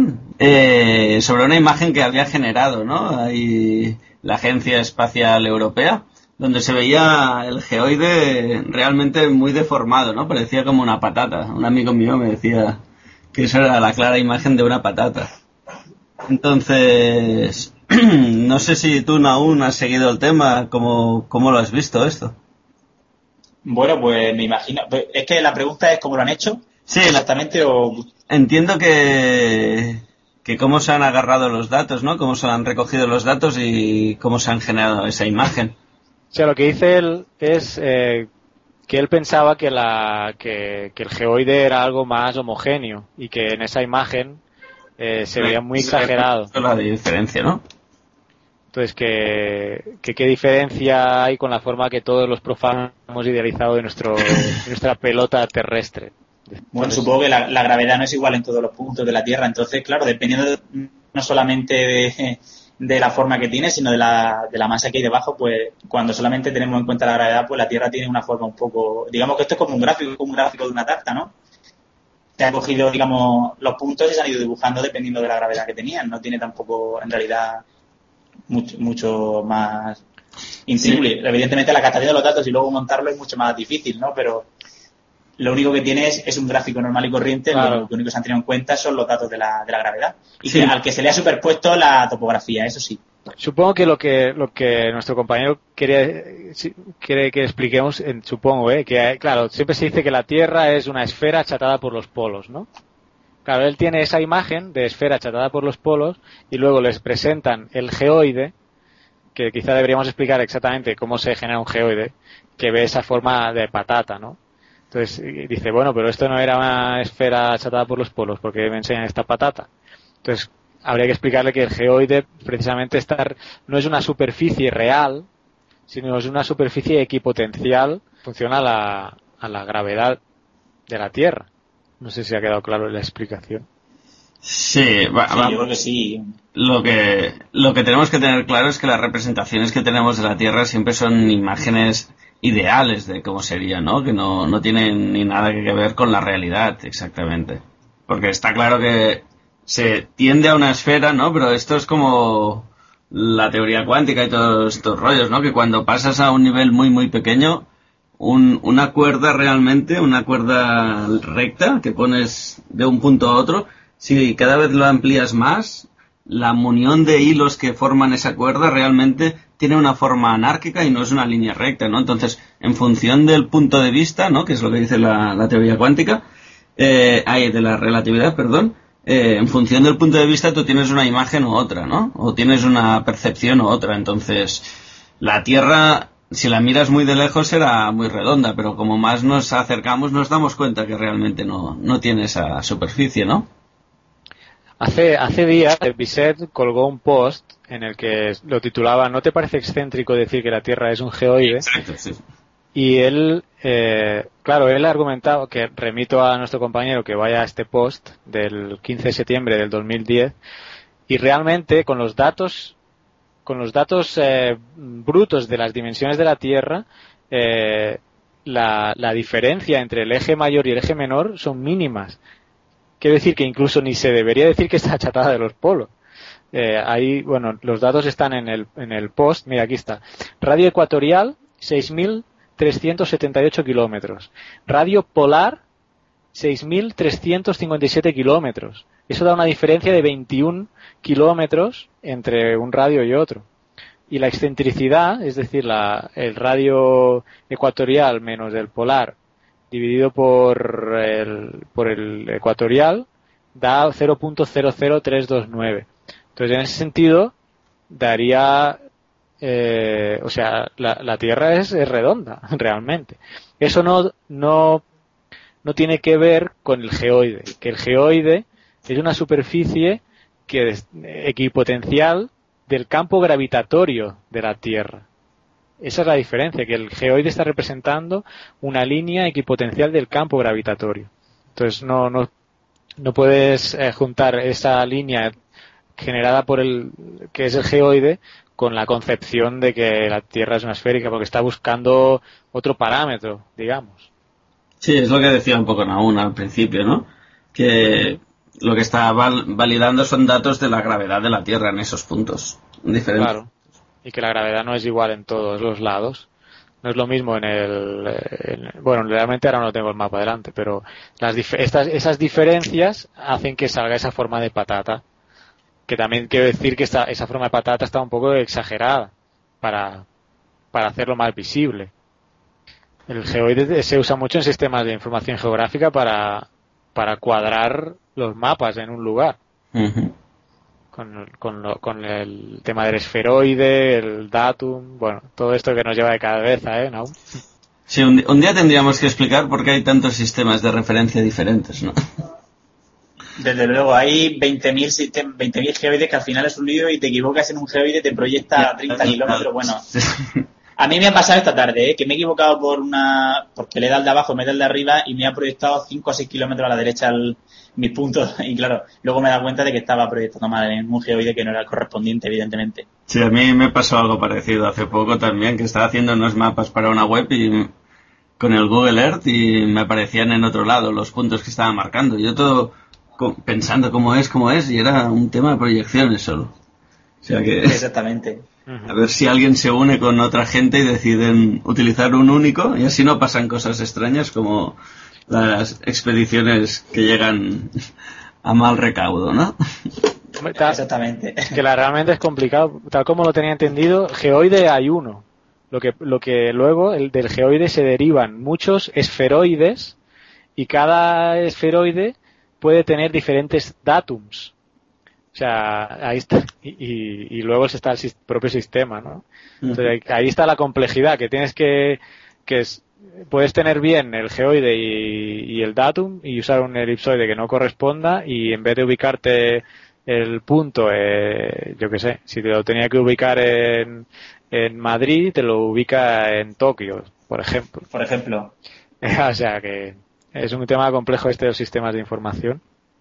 sobre una imagen que había generado, ¿no? Ahí la Agencia Espacial Europea, donde se veía el geoide realmente muy deformado, ¿no? Parecía como una patata. Un amigo mío me decía que eso era la clara imagen de una patata. Entonces, no sé si tú, Naún, has seguido el tema, ¿cómo lo has visto esto? Bueno, pues me imagino. Es que la pregunta es cómo lo han hecho. Sí, exactamente. Entiendo que cómo se han agarrado los datos, ¿no? Cómo se han recogido los datos y cómo se han generado esa imagen. O sea, lo que dice él es que él pensaba que el geoide era algo más homogéneo y que en esa imagen se veía muy exagerado. La diferencia, ¿no? Entonces, ¿qué diferencia hay con la forma que todos los profanos hemos idealizado de nuestra pelota terrestre? Bueno, supongo que la gravedad no es igual en todos los puntos de la Tierra, entonces, claro, dependiendo no solamente de la forma que tiene, sino de la masa que hay debajo, pues cuando solamente tenemos en cuenta la gravedad, pues la Tierra tiene una forma un poco, digamos que esto es como un gráfico de una tarta, ¿no? Se han cogido, digamos, los puntos y se han ido dibujando dependiendo de la gravedad que tenían, no tiene tampoco, en realidad, mucho más intrigue. Sí. Evidentemente la captación de los datos y luego montarlo es mucho más difícil, ¿no? Pero lo único que tiene es un gráfico normal y corriente, claro. Lo único que se han tenido en cuenta son los datos de la gravedad. Y sí. Al que se le ha superpuesto la topografía, eso sí. Supongo que lo que nuestro compañero quiere que expliquemos, supongo, que claro, siempre se dice que la Tierra es una esfera achatada por los polos, ¿no? Claro, él tiene esa imagen de esfera achatada por los polos y luego les presentan el geoide, que quizá deberíamos explicar exactamente cómo se genera un geoide, que ve esa forma de patata, ¿no? Entonces dice, bueno, pero esto no era una esfera achatada por los polos, porque me enseñan esta patata. Entonces habría que explicarle que el geoide precisamente no es una superficie real, sino es una superficie equipotencial, funciona a la gravedad de la Tierra. No sé si ha quedado claro la explicación. Sí, yo creo que sí. Lo que tenemos que tener claro es que las representaciones que tenemos de la Tierra siempre son imágenes ideales de cómo sería, ¿no? Que no tienen ni nada que ver con la realidad, exactamente. Porque está claro que se tiende a una esfera, ¿no? Pero esto es como la teoría cuántica y todos estos rollos, ¿no? Que cuando pasas a un nivel muy, muy pequeño, una cuerda realmente, una cuerda recta que pones de un punto a otro, si cada vez lo amplías más, la munión de hilos que forman esa cuerda realmente tiene una forma anárquica y no es una línea recta, ¿no? Entonces, en función del punto de vista, ¿no? Que es lo que dice la teoría cuántica, de la relatividad, perdón, en función del punto de vista tú tienes una imagen u otra, ¿no? O tienes una percepción u otra. Entonces, la Tierra, si la miras muy de lejos, será muy redonda, pero como más nos acercamos nos damos cuenta que realmente no tiene esa superficie, ¿no? Hace días Bisset colgó un post en el que lo titulaba ¿No te parece excéntrico decir que la Tierra es un geoide? Exacto, sí. Y él, claro, él ha argumentado, que remito a nuestro compañero que vaya a este post del 15 de septiembre del 2010, y realmente con los datos brutos de las dimensiones de la Tierra, la diferencia entre el eje mayor y el eje menor son mínimas. Quiero decir que incluso ni se debería decir que está achatada de los polos. Ahí, bueno, los datos están en el post. Mira, aquí está. Radio ecuatorial, 6.378 kilómetros. Radio polar, 6.357 kilómetros. Eso da una diferencia de 21 kilómetros entre un radio y otro. Y la excentricidad, es decir, el radio ecuatorial menos el polar, dividido por el ecuatorial, da 0.00329. Entonces, en ese sentido, daría, la Tierra es redonda, realmente. Eso no tiene que ver con el geoide, que el geoide es una superficie que es equipotencial del campo gravitatorio de la Tierra. Esa es la diferencia, que el geoide está representando una línea equipotencial del campo gravitatorio. Entonces no puedes juntar esa línea generada por que es el geoide con la concepción de que la Tierra es una esférica, porque está buscando otro parámetro, digamos. Sí, es lo que decía un poco Naún al principio, ¿no? Que lo que está validando son datos de la gravedad de la Tierra en esos puntos diferentes. Claro. Y que la gravedad no es igual en todos los lados. No es lo mismo bueno, realmente ahora no tengo el mapa delante, pero esas diferencias hacen que salga esa forma de patata. Que también quiero decir que esa forma de patata está un poco exagerada para hacerlo más visible. El geoide se usa mucho en sistemas de información geográfica para cuadrar los mapas en un lugar. Uh-huh. Con el tema del esferoide, el datum, bueno, todo esto que nos lleva de cabeza, ¿no? Sí, un día tendríamos que explicar por qué hay tantos sistemas de referencia diferentes, ¿no? Desde luego, hay 20.000 geoides que al final es un lío y te equivocas en un geoide, te proyecta a 30 kilómetros. Bueno, a mí me ha pasado esta tarde, que me he equivocado porque le he dado el de abajo, me he dado el de arriba y me ha proyectado 5 o 6 kilómetros a la derecha mis puntos. Y claro, luego me he dado cuenta de que estaba proyectando mal en un geoide que no era el correspondiente, evidentemente. Sí, a mí me pasó algo parecido hace poco también, que estaba haciendo unos mapas para una web y con el Google Earth y me aparecían en otro lado los puntos que estaba marcando. Yo todo pensando cómo es, y era un tema de proyecciones solo. O sea que... Exactamente. A ver si alguien se une con otra gente y deciden utilizar un único, y así no pasan cosas extrañas como las expediciones que llegan a mal recaudo, ¿no? Exactamente. Que realmente es complicado. Tal como lo tenía entendido, geoide hay uno. Lo que luego del geoide se derivan muchos esferoides, y cada esferoide puede tener diferentes datums. O sea, ahí está. Y luego está el propio sistema, ¿no? Entonces, ahí está la complejidad, que tienes puedes tener bien el geoide y el datum y usar un elipsoide que no corresponda, y en vez de ubicarte el punto, yo qué sé, si te lo tenía que ubicar en Madrid, te lo ubica en Tokio, por ejemplo. O sea que es un tema complejo de los sistemas de información.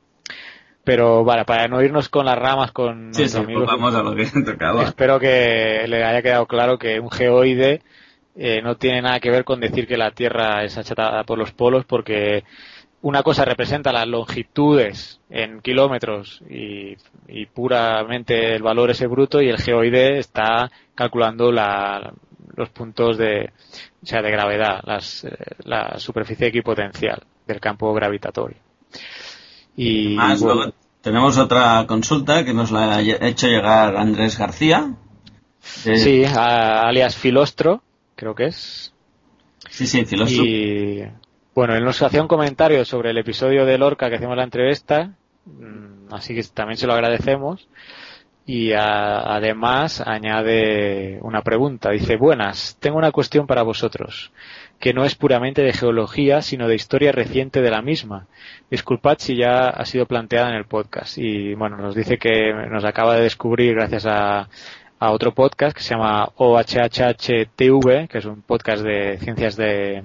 Pero vale, para no irnos con las ramas con nuestro amigo, vamos a lo que tocaba. Espero que le haya quedado claro que un geoide no tiene nada que ver con decir que la Tierra es achatada por los polos, porque una cosa representa las longitudes en kilómetros y puramente el valor ese bruto, y el geoide está calculando los puntos de gravedad, la superficie equipotencial del campo gravitatorio. Y luego tenemos otra consulta que nos la ha hecho llegar Andrés García. Sí, alias Filostro, creo que es. Sí, Filostro. Y bueno, él nos hacía un comentario sobre el episodio de Lorca que hacemos la entrevista, así que también se lo agradecemos. Y además añade una pregunta. Dice: buenas, tengo una cuestión para vosotros, que no es puramente de geología, sino de historia reciente de la misma. Disculpad si ya ha sido planteada en el podcast. Y bueno, nos dice que nos acaba de descubrir gracias a otro podcast que se llama OHHTV, que es un podcast de ciencias de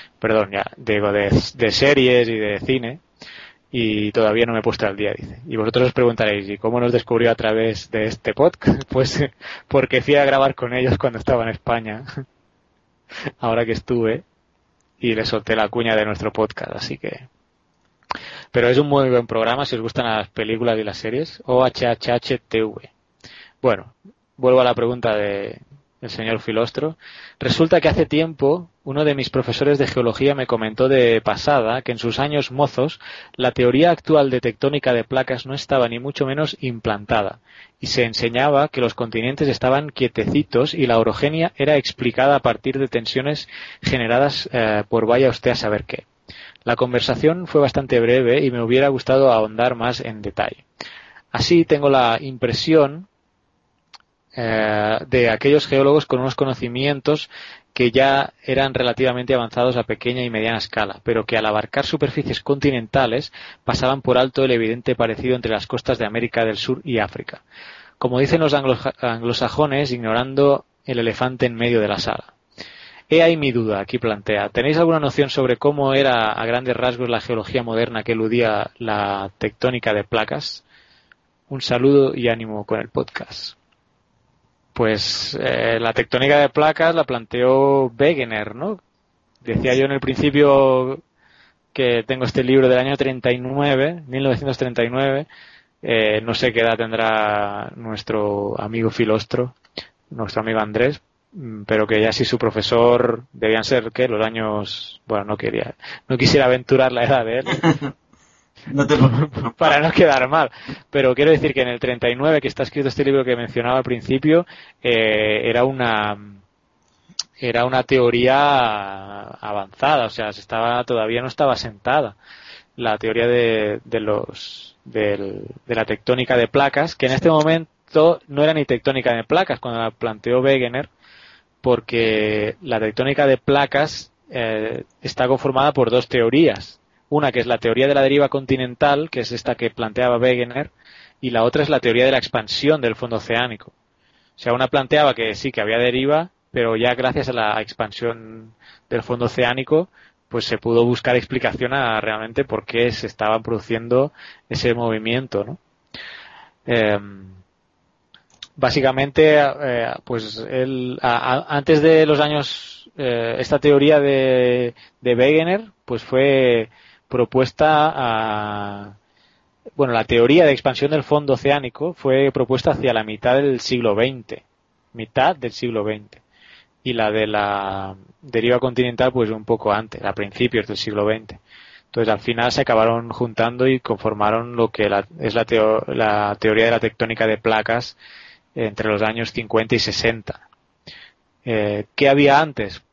series y de cine. Y todavía no me he puesto al día, dice. Y vosotros os preguntaréis: ¿y cómo nos descubrió a través de este podcast? Pues porque fui a grabar con ellos cuando estaba en España, ahora que estuve, y les solté la cuña de nuestro podcast, así que... Pero es un muy buen programa si os gustan las películas y las series. OHHTV. Bueno, vuelvo a la pregunta del señor Filostro. Resulta que hace tiempo uno de mis profesores de geología me comentó de pasada que en sus años mozos la teoría actual de tectónica de placas no estaba ni mucho menos implantada, y se enseñaba que los continentes estaban quietecitos y la orogenia era explicada a partir de tensiones generadas por vaya usted a saber qué. La conversación fue bastante breve y me hubiera gustado ahondar más en detalle. Así tengo la impresión de aquellos geólogos con unos conocimientos que ya eran relativamente avanzados a pequeña y mediana escala, pero que al abarcar superficies continentales pasaban por alto el evidente parecido entre las costas de América del Sur y África. Como dicen los anglosajones, ignorando el elefante en medio de la sala. He ahí mi duda, aquí plantea. ¿Tenéis alguna noción sobre cómo era a grandes rasgos la geología moderna que eludía la tectónica de placas? Un saludo y ánimo con el podcast. Pues la tectónica de placas la planteó Wegener, ¿no? Decía yo en el principio que tengo este libro del año 1939. No sé qué edad tendrá nuestro amigo Filostro, nuestro amigo Andrés, pero que ya si su profesor debían ser, ¿qué? Los años... Bueno, no quisiera aventurar la edad de él. Para no quedar mal, pero quiero decir que en el 39 que está escrito este libro que mencionaba al principio, era una teoría avanzada, o sea, todavía no estaba sentada la teoría de la tectónica de placas, que en este momento no era ni tectónica de placas cuando la planteó Wegener, porque la tectónica de placas está conformada por dos teorías. una que es la teoría de la deriva continental, que es esta que planteaba Wegener, y la otra es la teoría de la expansión del fondo oceánico. O sea, una planteaba que sí, que había deriva, pero ya gracias a la expansión del fondo oceánico, pues se pudo buscar explicación a realmente por qué se estaba produciendo ese movimiento, ¿no? Básicamente, pues antes de los años, esta teoría de Wegener, pues fue propuesta la teoría de expansión del fondo oceánico fue propuesta hacia la mitad del siglo XX, y la de la deriva continental pues un poco antes, a principios del siglo XX. Entonces al final se acabaron juntando y conformaron lo que es la teoría de la tectónica de placas entre los años 50 y 60. ¿Qué había antes?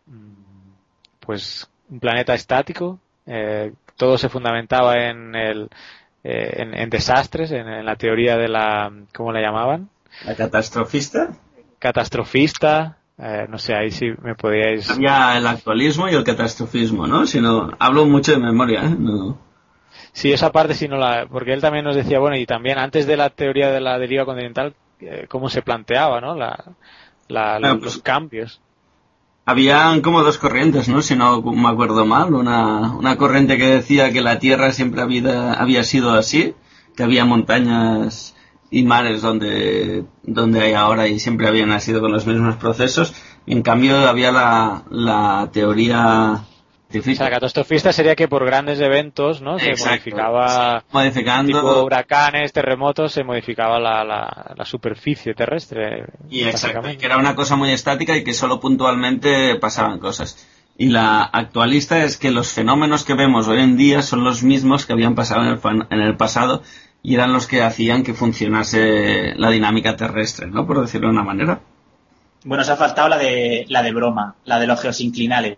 Pues un planeta estático, todo se fundamentaba en desastres, en la teoría de la, ¿cómo la llamaban? ¿La catastrofista? Catastrofista, no sé, ahí sí me podíais... Había el actualismo y el catastrofismo, ¿no? Si no, hablo mucho de memoria, ¿eh? No. Sí, esa parte sí no la... Porque él también nos decía, bueno, y también antes de la teoría de la deriva continental, cómo se planteaba, ¿no? Los cambios. Habían como dos corrientes, ¿no? Si no me acuerdo mal. Una corriente que decía que la Tierra siempre había sido así, que había montañas y mares donde hay ahora y siempre habían nacido con los mismos procesos. Y en cambio había la teoría... O sea, la catastrofista sería que por grandes eventos, ¿no? Se modificaba, modificando, tipo huracanes, terremotos, se modificaba la superficie terrestre. Y exacto, que era una cosa muy estática y que solo puntualmente pasaban cosas. Y la actualista es que los fenómenos que vemos hoy en día son los mismos que habían pasado en el pasado y eran los que hacían que funcionase la dinámica terrestre, ¿no? Por decirlo de una manera. Bueno, se ha faltado la de broma, la de los geosinclinales.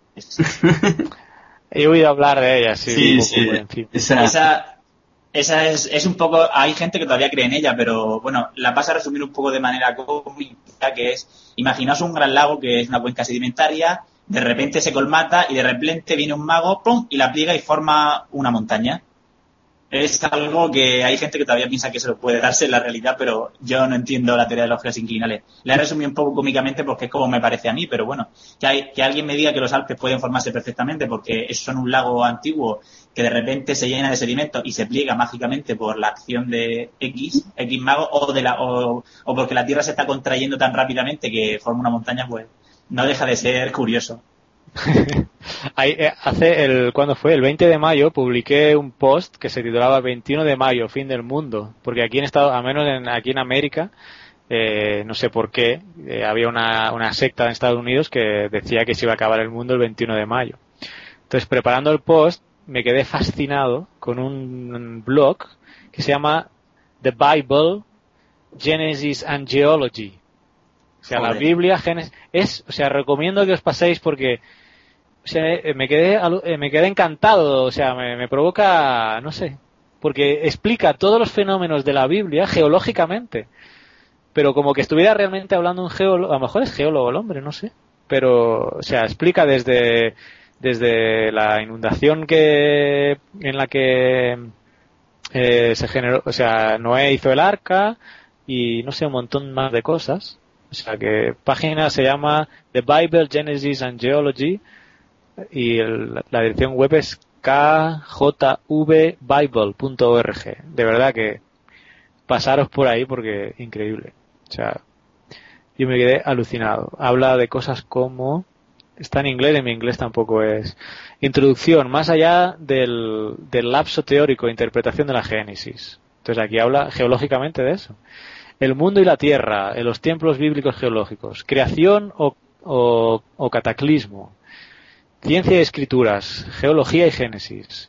He oído hablar de ella, sí. Esa es un poco... Hay gente que todavía cree en ella, pero bueno, la vas a resumir un poco de manera cómica, que es, imaginaos un gran lago que es una cuenca sedimentaria, de repente se colmata y de repente viene un mago, ¡pum!, y la pliega y forma una montaña. Es algo que hay gente que todavía piensa que eso puede darse en la realidad, pero yo no entiendo la teoría de los geosinclinales. La he resumido un poco cómicamente porque es como me parece a mí, pero bueno, que alguien me diga que los Alpes pueden formarse perfectamente porque son un lago antiguo que de repente se llena de sedimentos y se pliega mágicamente por la acción de X mago o porque la Tierra se está contrayendo tan rápidamente que forma una montaña, pues no deja de ser curioso. ¿Cuándo fue? El 20 de mayo publiqué un post que se titulaba 21 de mayo, fin del mundo, porque aquí aquí en América, no sé por qué, había una secta en Estados Unidos que decía que se iba a acabar el mundo el 21 de mayo. Entonces, preparando el post, me quedé fascinado con un blog que se llama The Bible, Genesis and Geology. O sea, la Biblia, Génesis, recomiendo que os paséis porque, o sea, me quedé encantado, o sea, me provoca, no sé, porque explica todos los fenómenos de la Biblia geológicamente, pero como que estuviera realmente hablando un geólogo, a lo mejor es geólogo el hombre, no sé, pero, o sea, explica desde la inundación en la que se generó, o sea, Noé hizo el arca y no sé, un montón más de cosas. O sea que página se llama The Bible, Genesis and Geology y la dirección web es kjvbible.org. De verdad que pasaros por ahí porque increíble. O sea, yo me quedé alucinado. Habla de cosas como... Está en inglés, en mi inglés tampoco es... Introducción, más allá del lapso teórico de interpretación de la Génesis. Entonces aquí habla geológicamente de eso. El mundo y la tierra, en los tiempos bíblicos geológicos, creación o cataclismo, ciencia y escrituras, geología y génesis,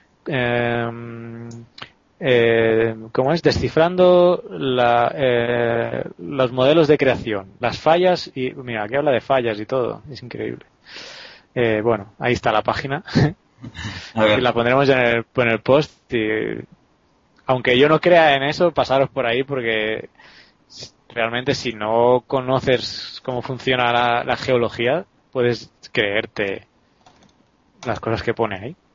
¿cómo es? Descifrando los modelos de creación, las fallas y mira, aquí habla de fallas y todo, es increíble. Bueno, ahí está la página. Y la pondremos en el post y aunque yo no crea en eso, pasaros por ahí porque realmente si no conoces cómo funciona la geología, puedes creerte las cosas que pone ahí.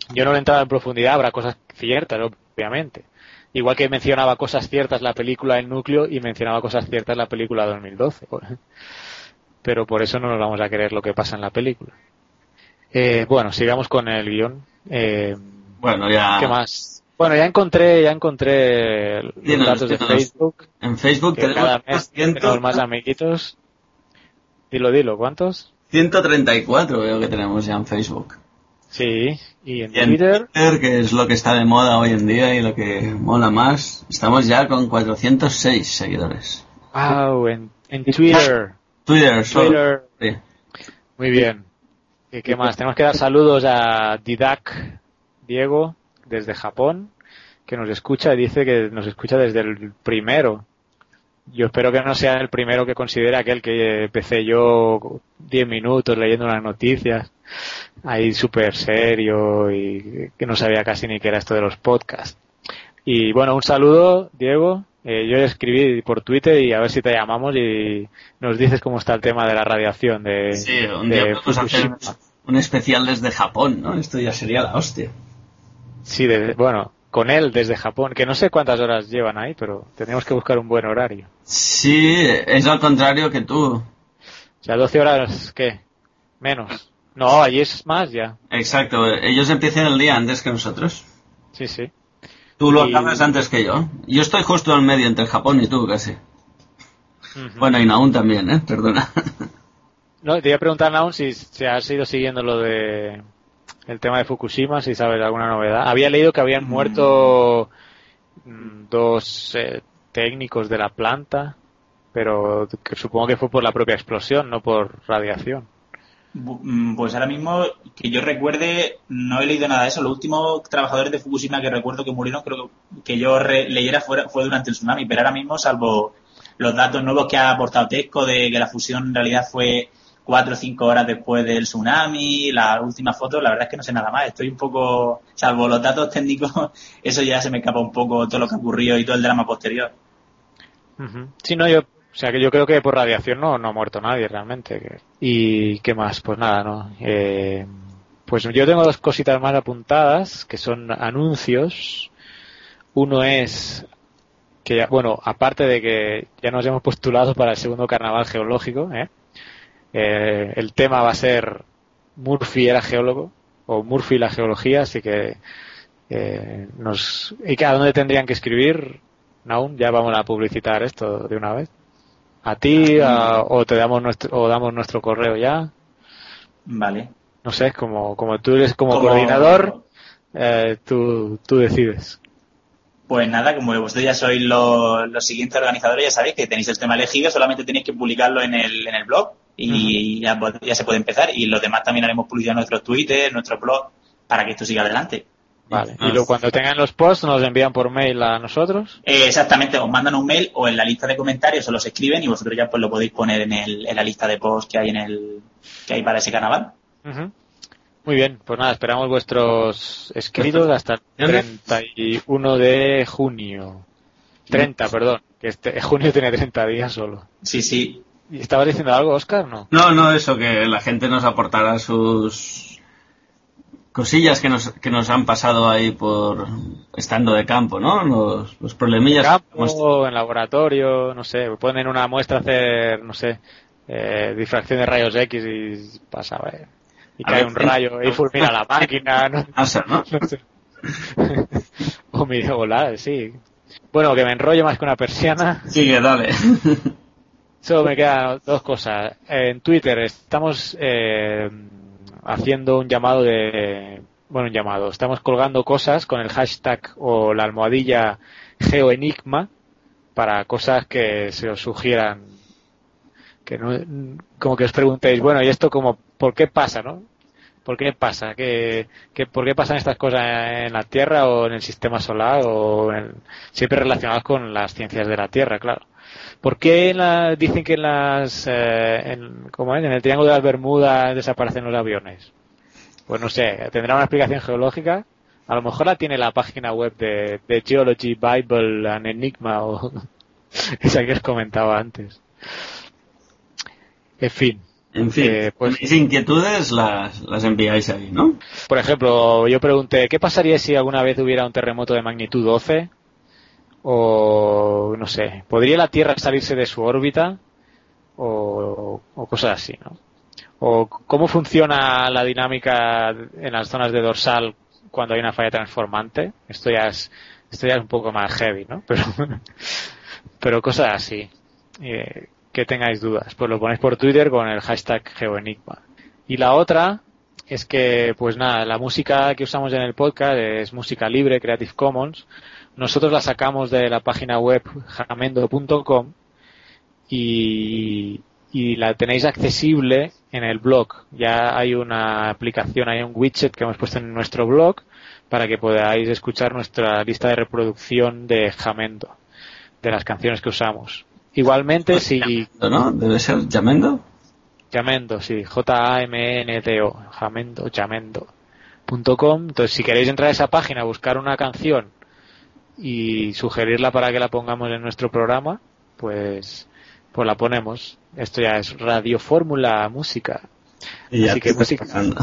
Yo no he entrado en profundidad, habrá cosas ciertas, obviamente. Igual que mencionaba cosas ciertas la película El Núcleo y mencionaba cosas ciertas la película 2012. Pero por eso no nos vamos a creer lo que pasa en la película. Bueno, sigamos con el guión. Bueno, ya... ¿Qué más? Bueno, ya encontré los datos de Facebook. En Facebook tenemos más amiguitos. Dilo, ¿cuántos? 134 veo que tenemos ya en Facebook. Sí, y en Twitter, que es lo que está de moda hoy en día y lo que mola más, estamos ya con 406 seguidores. Wow, en Twitter. Twitter. Sí. Muy bien. ¿Y qué más? Tenemos que dar saludos a Didac Diego desde Japón, que nos escucha y dice que nos escucha desde el primero. Yo espero que no sea el primero que considere aquel que empecé yo 10 minutos leyendo las noticias, ahí súper serio y que no sabía casi ni qué era esto de los podcasts. Y bueno, un saludo, Diego. Yo escribí por Twitter y a ver si te llamamos y nos dices cómo está el tema de la radiación de sí, un día podemos hacer un especial desde Japón, ¿no? Esto ya sería la hostia. Sí, bueno, con él desde Japón, que no sé cuántas horas llevan ahí, pero tenemos que buscar un buen horario. Sí, es al contrario que tú. O sea, 12 horas, ¿qué? Menos. No, allí es más ya. Exacto, ellos empiezan el día antes que nosotros. Sí, sí. Tú lo acabas antes que yo. Yo estoy justo al medio entre Japón y tú, casi. Bueno, y Naun también, perdona. No, te iba a preguntar, Naun, si has ido siguiendo lo de el tema de Fukushima, si sabes alguna novedad. Había leído que habían muerto dos técnicos de la planta, pero que supongo que fue por la propia explosión, no por radiación. Pues ahora mismo, que yo recuerde, no he leído nada de eso. Los últimos trabajadores de Fukushima que recuerdo que murieron, creo que yo leyera fue durante el tsunami, pero ahora mismo, salvo los datos nuevos que ha aportado Tesco de que la fusión en realidad fue 4 o 5 horas después del tsunami, las últimas fotos, la verdad es que no sé nada más. Estoy un poco, salvo los datos técnicos, eso ya se me escapa un poco todo lo que ha ocurrido y todo el drama posterior. Sí, no, o sea que yo creo que por radiación no ha muerto nadie realmente. ¿Y qué más? Pues nada, ¿no? Pues yo tengo 2 cositas más apuntadas, que son anuncios. Uno es que, ya, bueno, aparte de que ya nos hemos postulado para el segundo carnaval geológico, el tema va a ser Murphy era geólogo, o Murphy la geología, así que ¿y a dónde tendrían que escribir? Naum, ya vamos a publicitar esto de una vez. ¿A ti o damos nuestro correo ya? Vale. No sé, como tú eres como coordinador, tú decides. Pues nada, como vosotros ya sois los siguientes organizadores, ya sabéis que tenéis el tema elegido, solamente tenéis que publicarlo en el blog y ya se puede empezar. Y los demás también haremos publicidad en nuestros Twitter, en nuestro blog, para que esto siga adelante. Vale. Y luego cuando tengan los posts nos envían por mail a nosotros. Exactamente, os mandan un mail o en la lista de comentarios os los escriben y vosotros ya pues lo podéis poner en la lista de posts que hay que hay para ese carnaval. Muy bien, pues nada, esperamos vuestros escritos hasta el 31 de junio. 30, perdón, que junio tiene 30 días solo. Sí, sí. ¿Y estabas diciendo algo, Óscar? No, eso, que la gente nos aportará sus cosillas que nos han pasado ahí por estando de campo, ¿no? Los problemillas. En campo, en laboratorio, no sé, ponen una muestra a hacer, no sé, difracción de rayos X y pasa, y cae un rayo y fulmina la máquina, ¿no? No sé. O medio volar, sí. Bueno, que me enrollo más que una persiana. Sigue, dale. Solo me quedan 2 cosas. En Twitter estamos haciendo un llamado estamos colgando cosas con el hashtag o la almohadilla geoenigma para cosas que se os sugieran, que no, como que os preguntéis, bueno, y esto como, ¿por qué pasa, no? ¿Por qué pasa? ¿Por qué pasan estas cosas en la Tierra o en el sistema solar o siempre relacionadas con las ciencias de la Tierra, claro? ¿Por qué dicen que en el Triángulo de las Bermudas desaparecen los aviones? Pues no sé, tendrá una explicación geológica. A lo mejor la tiene la página web de Geology Bible and Enigma o esa que os comentaba antes. En fin, En fin, pues, mis inquietudes las enviáis ahí, ¿no? Por ejemplo, yo pregunté, ¿qué pasaría si alguna vez hubiera un terremoto de magnitud 12? O, no sé, ¿podría la Tierra salirse de su órbita? O cosas así, ¿no? O cómo funciona la dinámica en las zonas de dorsal cuando hay una falla transformante. Esto ya es un poco más heavy, ¿no? Pero cosas así. Que tengáis dudas, pues lo ponéis por Twitter con el hashtag GeoEnigma. Y la otra es que, pues nada, la música que usamos en el podcast es música libre, Creative Commons. Nosotros la sacamos de la página web jamendo.com y la tenéis accesible en el blog. Ya hay una aplicación, hay un widget que hemos puesto en nuestro blog para que podáis escuchar nuestra lista de reproducción de Jamendo, de las canciones que usamos. Igualmente, si... ¿No? ¿Debe ser Jamendo? Jamendo, sí. Jamendo, jamendo.com. Entonces, si queréis entrar a esa página, buscar una canción y sugerirla para que la pongamos en nuestro programa, pues la ponemos. Esto ya es Radio Fórmula Música. Y ya así que música.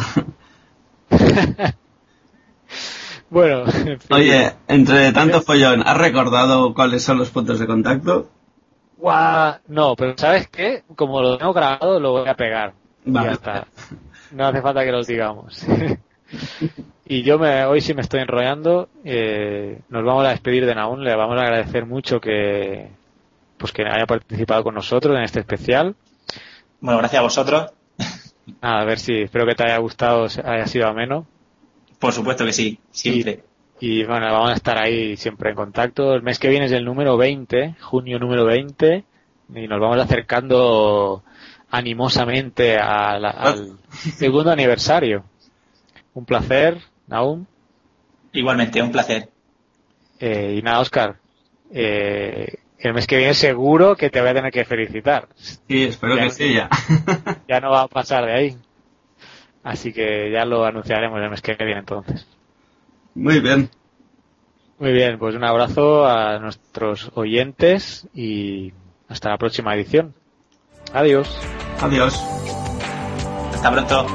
Bueno, en fin. Oye, entre tanto follón, ¿has recordado cuáles son los puntos de contacto? No, pero ¿sabes qué? Como lo tengo grabado, lo voy a pegar. Vale. Y ya está. No hace falta que los digamos. Y hoy sí me estoy enrollando. Nos vamos a despedir de Nahum. Le vamos a agradecer mucho que haya participado con nosotros en este especial. Bueno, gracias a vosotros. A ver si espero que te haya gustado, haya sido ameno. Por supuesto que sí, siempre. Y bueno, vamos a estar ahí siempre en contacto. El mes que viene es el número 20, junio número 20, y nos vamos acercando animosamente al segundo aniversario. Un placer, Nahum. Igualmente, un placer. Y nada, Óscar, el mes que viene seguro que te voy a tener que felicitar. Sí, espero que sí, ya. Ya no va a pasar de ahí. Así que ya lo anunciaremos el mes que viene entonces. Muy bien. Muy bien, pues un abrazo a nuestros oyentes y hasta la próxima edición. Adiós. Adiós. Hasta pronto.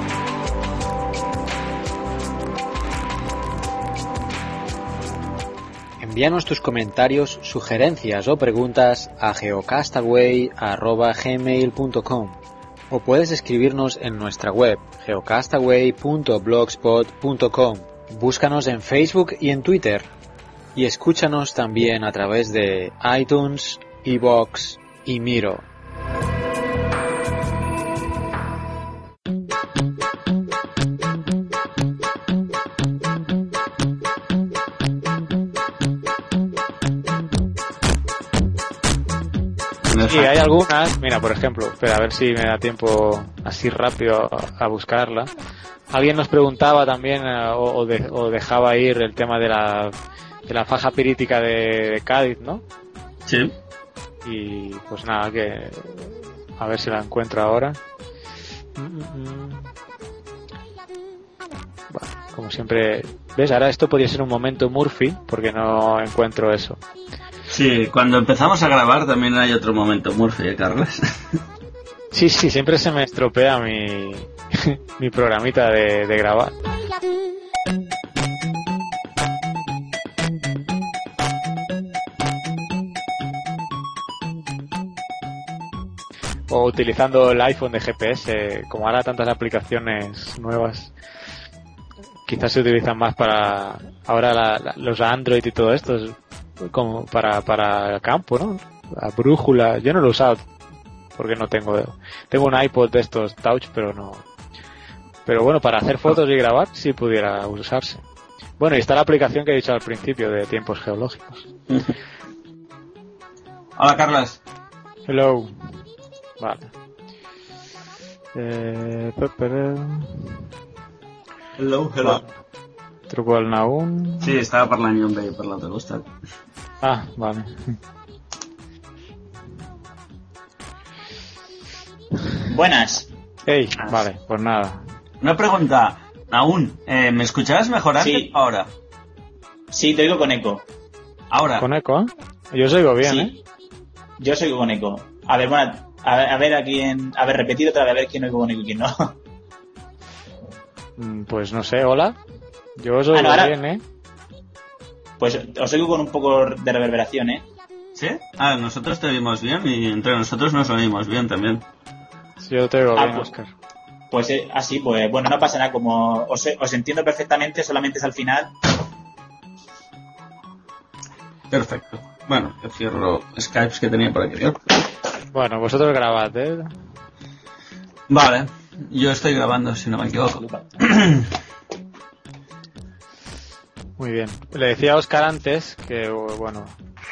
Envíanos tus comentarios, sugerencias o preguntas a geocastaway@gmail.com o puedes escribirnos en nuestra web geocastaway.blogspot.com. Búscanos en Facebook y en Twitter. Y escúchanos también a través de iTunes, iVoox y Miro. Sí, hay algunas. Mira, por ejemplo, espera, a ver si me da tiempo así rápido a buscarla. Alguien nos preguntaba también o dejaba ir el tema de la faja pirítica de Cádiz, ¿no? Sí. Y pues nada, que a ver si la encuentro ahora. Bueno, como siempre, ¿ves? Ahora esto podría ser un momento Murphy porque no encuentro eso. Sí, cuando empezamos a grabar también hay otro momento Murphy, Carlos. Sí, siempre se me estropea mi programita de grabar. O utilizando el iPhone de GPS, como ahora tantas aplicaciones nuevas, quizás se utilizan más para ahora los Android y todo esto, como para campo, ¿no? La brújula, yo no lo he usado porque no tengo un iPod de estos Touch, pero bueno, para hacer fotos y grabar sí pudiera usarse. Bueno, y está la aplicación que he dicho al principio de tiempos geológicos. Hola, Carlos. Hello. Vale. Hello. Truco al Nahum. Sí, estava parlant jo amb ell per l'altre costat. Ah, vale. Buenas. Hey, vale, pues nada. Una pregunta, Nahum, ¿me escuchabas mejor antes Sí. o ahora? Sí, te oigo con eco. Ahora. ¿Con eco? Yo os oigo bien, Sí. ¿eh? Yo soy con eco. A ver, bueno, A ver a quién... A ver, repetir otra vez, a ver quién oigo bonito y quién no. Pues no sé, hola. Yo os oigo bien, ¿eh? Pues os oigo con un poco de reverberación, ¿eh? ¿Sí? Ah, nosotros te oímos bien y entre nosotros nos oímos bien también. Sí, yo te oigo bien, pues, Óscar. Pues así, pues bueno, no pasa nada. Como os entiendo perfectamente, solamente es al final. Perfecto. Bueno, yo cierro Skypes que tenía por aquí. Bueno, vosotros grabad, ¿eh? Vale, yo estoy grabando, si no me equivoco. Muy bien. Le decía a Óscar antes que, bueno,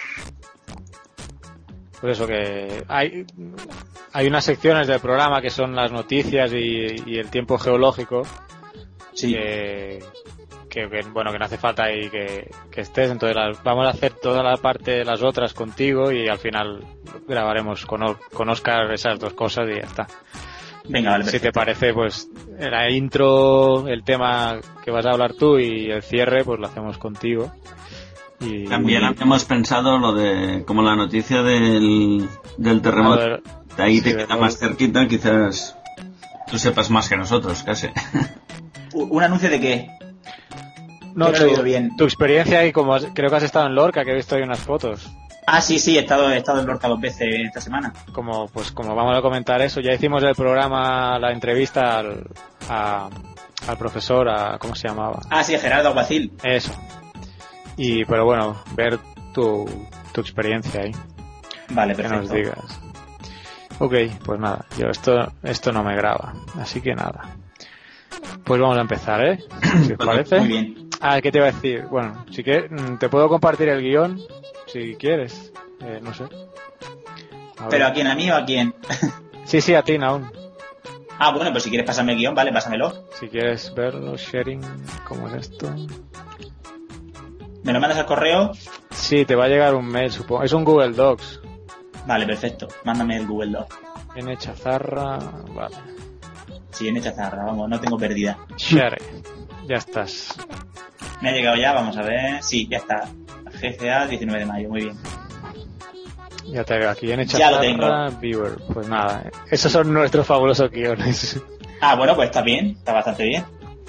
pues eso, que hay unas secciones del programa que son las noticias y el tiempo geológico. Sí. Que bueno, que no hace falta ahí que estés, entonces vamos a hacer toda la parte de las otras contigo y al final grabaremos con Óscar esas dos cosas y ya está. Venga, vale. Si te parece, pues la intro, el tema que vas a hablar tú y el cierre, pues lo hacemos contigo. Y también habíamos pensado lo de, como la noticia del terremoto, de ahí te queda más cerquita, quizás tú sepas más que nosotros, casi. ¿Un anuncio de qué? No, lo he oído bien. Tu experiencia y como creo que has estado en Lorca, que he visto ahí unas fotos. Ah, sí, he estado en Lorca 2 veces esta semana. Como vamos a comentar eso, ya hicimos el programa, la entrevista al profesor, ¿cómo se llamaba? Ah, sí, Gerardo Aguacil. Eso. Pero bueno, ver tu experiencia ahí. Vale, perfecto. Que nos digas. Ok, pues nada, yo esto no me graba, así que nada. Pues vamos a empezar, ¿eh? Si os parece. Muy bien. Ah, ¿qué te iba a decir? Bueno, sí que te puedo compartir el guión, si quieres. No sé. ¿Pero a quién? ¿A mí o a quién? Sí, a ti, aún. Ah, bueno, pues si quieres pasarme el guión, vale, pásamelo. Si quieres verlo, sharing, ¿cómo es esto? ¿Me lo mandas al correo? Sí, te va a llegar un mail, supongo. Es un Google Docs. Vale, perfecto. Mándame el Google Doc. En Chazarra, vale. Sí, en Chazarra, vamos, no tengo pérdida. Share. Ya estás. Me ha llegado ya, vamos a ver. Sí, ya está. GCA 19 de mayo, muy bien. Ya te veo aquí en Ya lo tengo. Viewer. Pues nada, esos son nuestros fabulosos guiones. Ah, bueno, pues está bien, está bastante bien.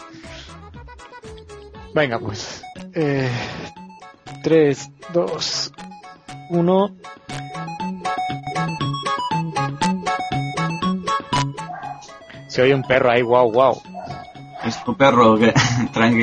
Venga, pues. 3, 2, 1. Se oye un perro ahí, wow. ¿Es tu perro que tranqui?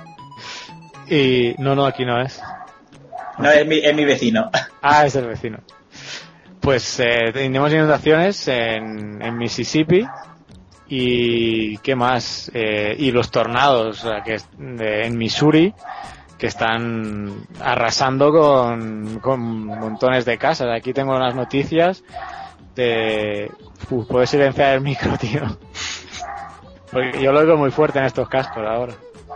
Y no, aquí no es. No, es mi vecino. Ah, es el vecino. Pues tenemos inundaciones en Mississippi y ¿qué más? Y los tornados en Missouri que están arrasando con montones de casas. Aquí tengo unas noticias de... puedes silenciar el micro, tío. Porque yo lo oigo muy fuerte en estos cascos ahora.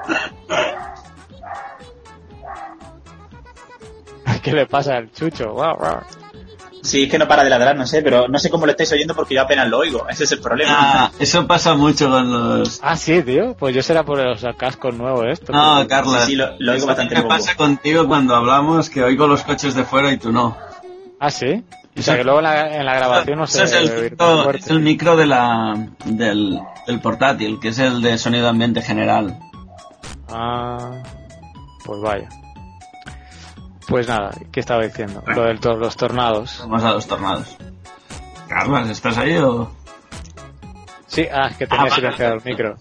¿Qué le pasa al chucho? Wow. Sí, es que no para de ladrar, no sé, pero no sé cómo lo estáis oyendo porque yo apenas lo oigo. Ese es el problema. Ah, eso pasa mucho con los... Ah, sí, tío. Pues yo será por los cascos nuevos esto. No, tío. Carla. Sí, lo oigo bastante poco. ¿Qué pasa contigo cuando hablamos que oigo los coches de fuera y tú no? Ah, sí. O sea, que luego en la grabación no se es el micro del portátil, que es el de sonido ambiente general. Ah, pues vaya. Pues nada, ¿qué estaba diciendo? Lo de los tornados. Vamos a los tornados. Carlos, ¿estás ahí o...? Sí, es que tenía silenciado el micro.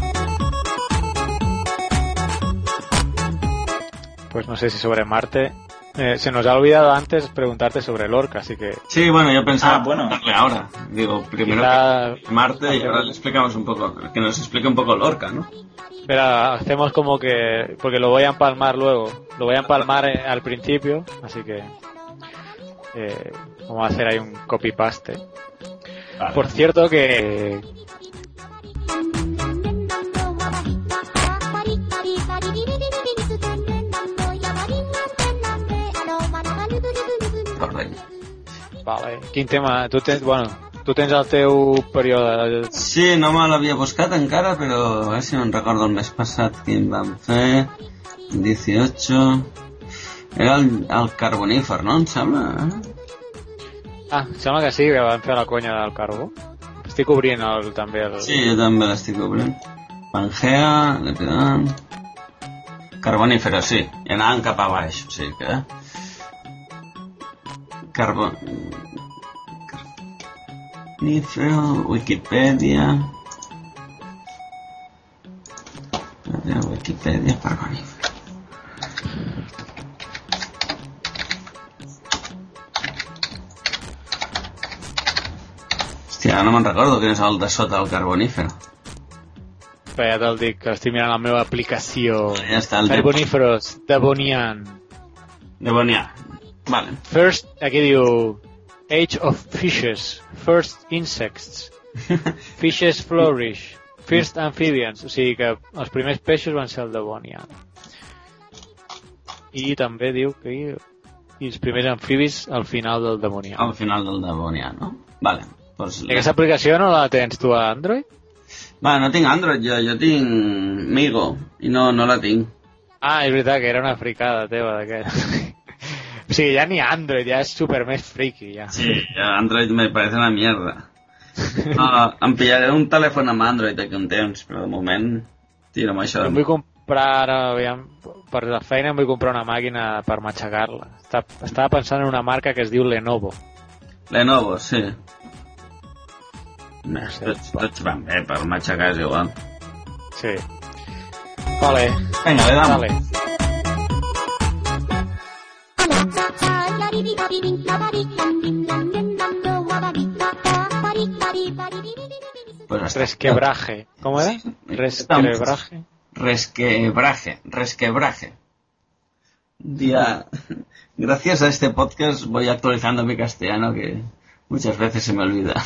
Pues no sé si sobre Marte... se nos ha olvidado antes preguntarte sobre Lorca, así que... Sí, bueno, yo pensaba bueno. darle ahora. Digo, primero que Marte y ahora le explicamos un poco, que nos explique un poco Lorca, ¿no? Espera, hacemos como que... Porque lo voy a empalmar luego. Lo voy a empalmar al principio, así que... vamos a hacer ahí un copy-paste. Vale. Por cierto que... Vale. Quin tema? Tu tens el teu període... Sí, no me l'havia buscat encara, però a veure si no recordo el mes passat quin vam fer. 18... Era el Carbonífer, no? Em sembla? Ah, sembla que sí, que van fer la conya del carbó. Estic obrint també el... Sí, jo també l'estic obrint. Pangea, Lepidant... Carbonífero, sí. I anàvem cap a baix, o sigui que... Carbonífero, Wikipedia... Wikipedia, carbonífero... Hòstia, no me'n recordo quin és el de sota del carbonífero. Però ja te'l dic, que estic mirant la meva aplicació. Ja està, el Carboníferos, Devonian. Devonian, vale. First, aquí diu... Age of fishes. First insects. Fishes flourish. First amphibians. O sigui que els primers peixos van ser el Devonian. I també diu que... I els primers amfibis al final del Devonian. Al final del Devonian, no? Vale. Pues I aquesta aplicació no la tens tu a Android? Va, no tinc Android, jo tinc Migo, i no la tinc. Ah, és veritat, que era una fricada teva d'aquest. O sigui, ja ni Android, ja és super més friki, ja. Sí, Android me parece una mierda. Em pillaré un telèfon amb Android d'aquí un temps, però de moment tiro amb això. Jo em vull comprar ara, aviam, per la feina em vull comprar una màquina per matxacar-la. Estava pensant en una marca que es diu Lenovo. Lenovo, sí. No sé, tots van bé, per matxacar és igual. Sí. Vale. Vinga, le damos. Vale. Pues Resquebraje. ¿Cómo era? Resquebraje. Resquebraje. Día. Gracias a este podcast voy actualizando mi castellano, que muchas veces se me olvida.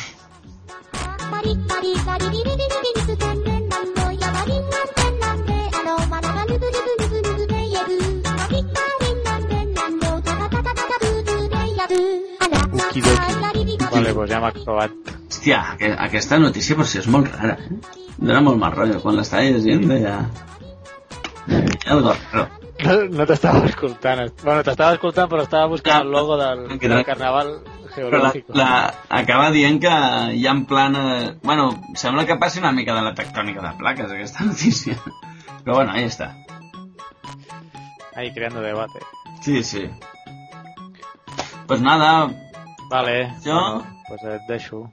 Vale, pues ja m'ha provat. Hòstia, aquesta notícia per si és molt rara, eh? Dóna molt mal rotllo. Quan l'estava llegint ja... Algo raro. No t'estava escoltant. Bueno, t'estava escoltant, però estava buscant el logo del Carnaval Geològic. Acaba dient que hi ha en plan... Bueno, sembla que passi una mica de la tectònica de plaques, aquesta notícia. Però bueno, ahí està. Ahí, creando debate. Sí, sí. Pues nada... Vale. Jo... Pues et deixo.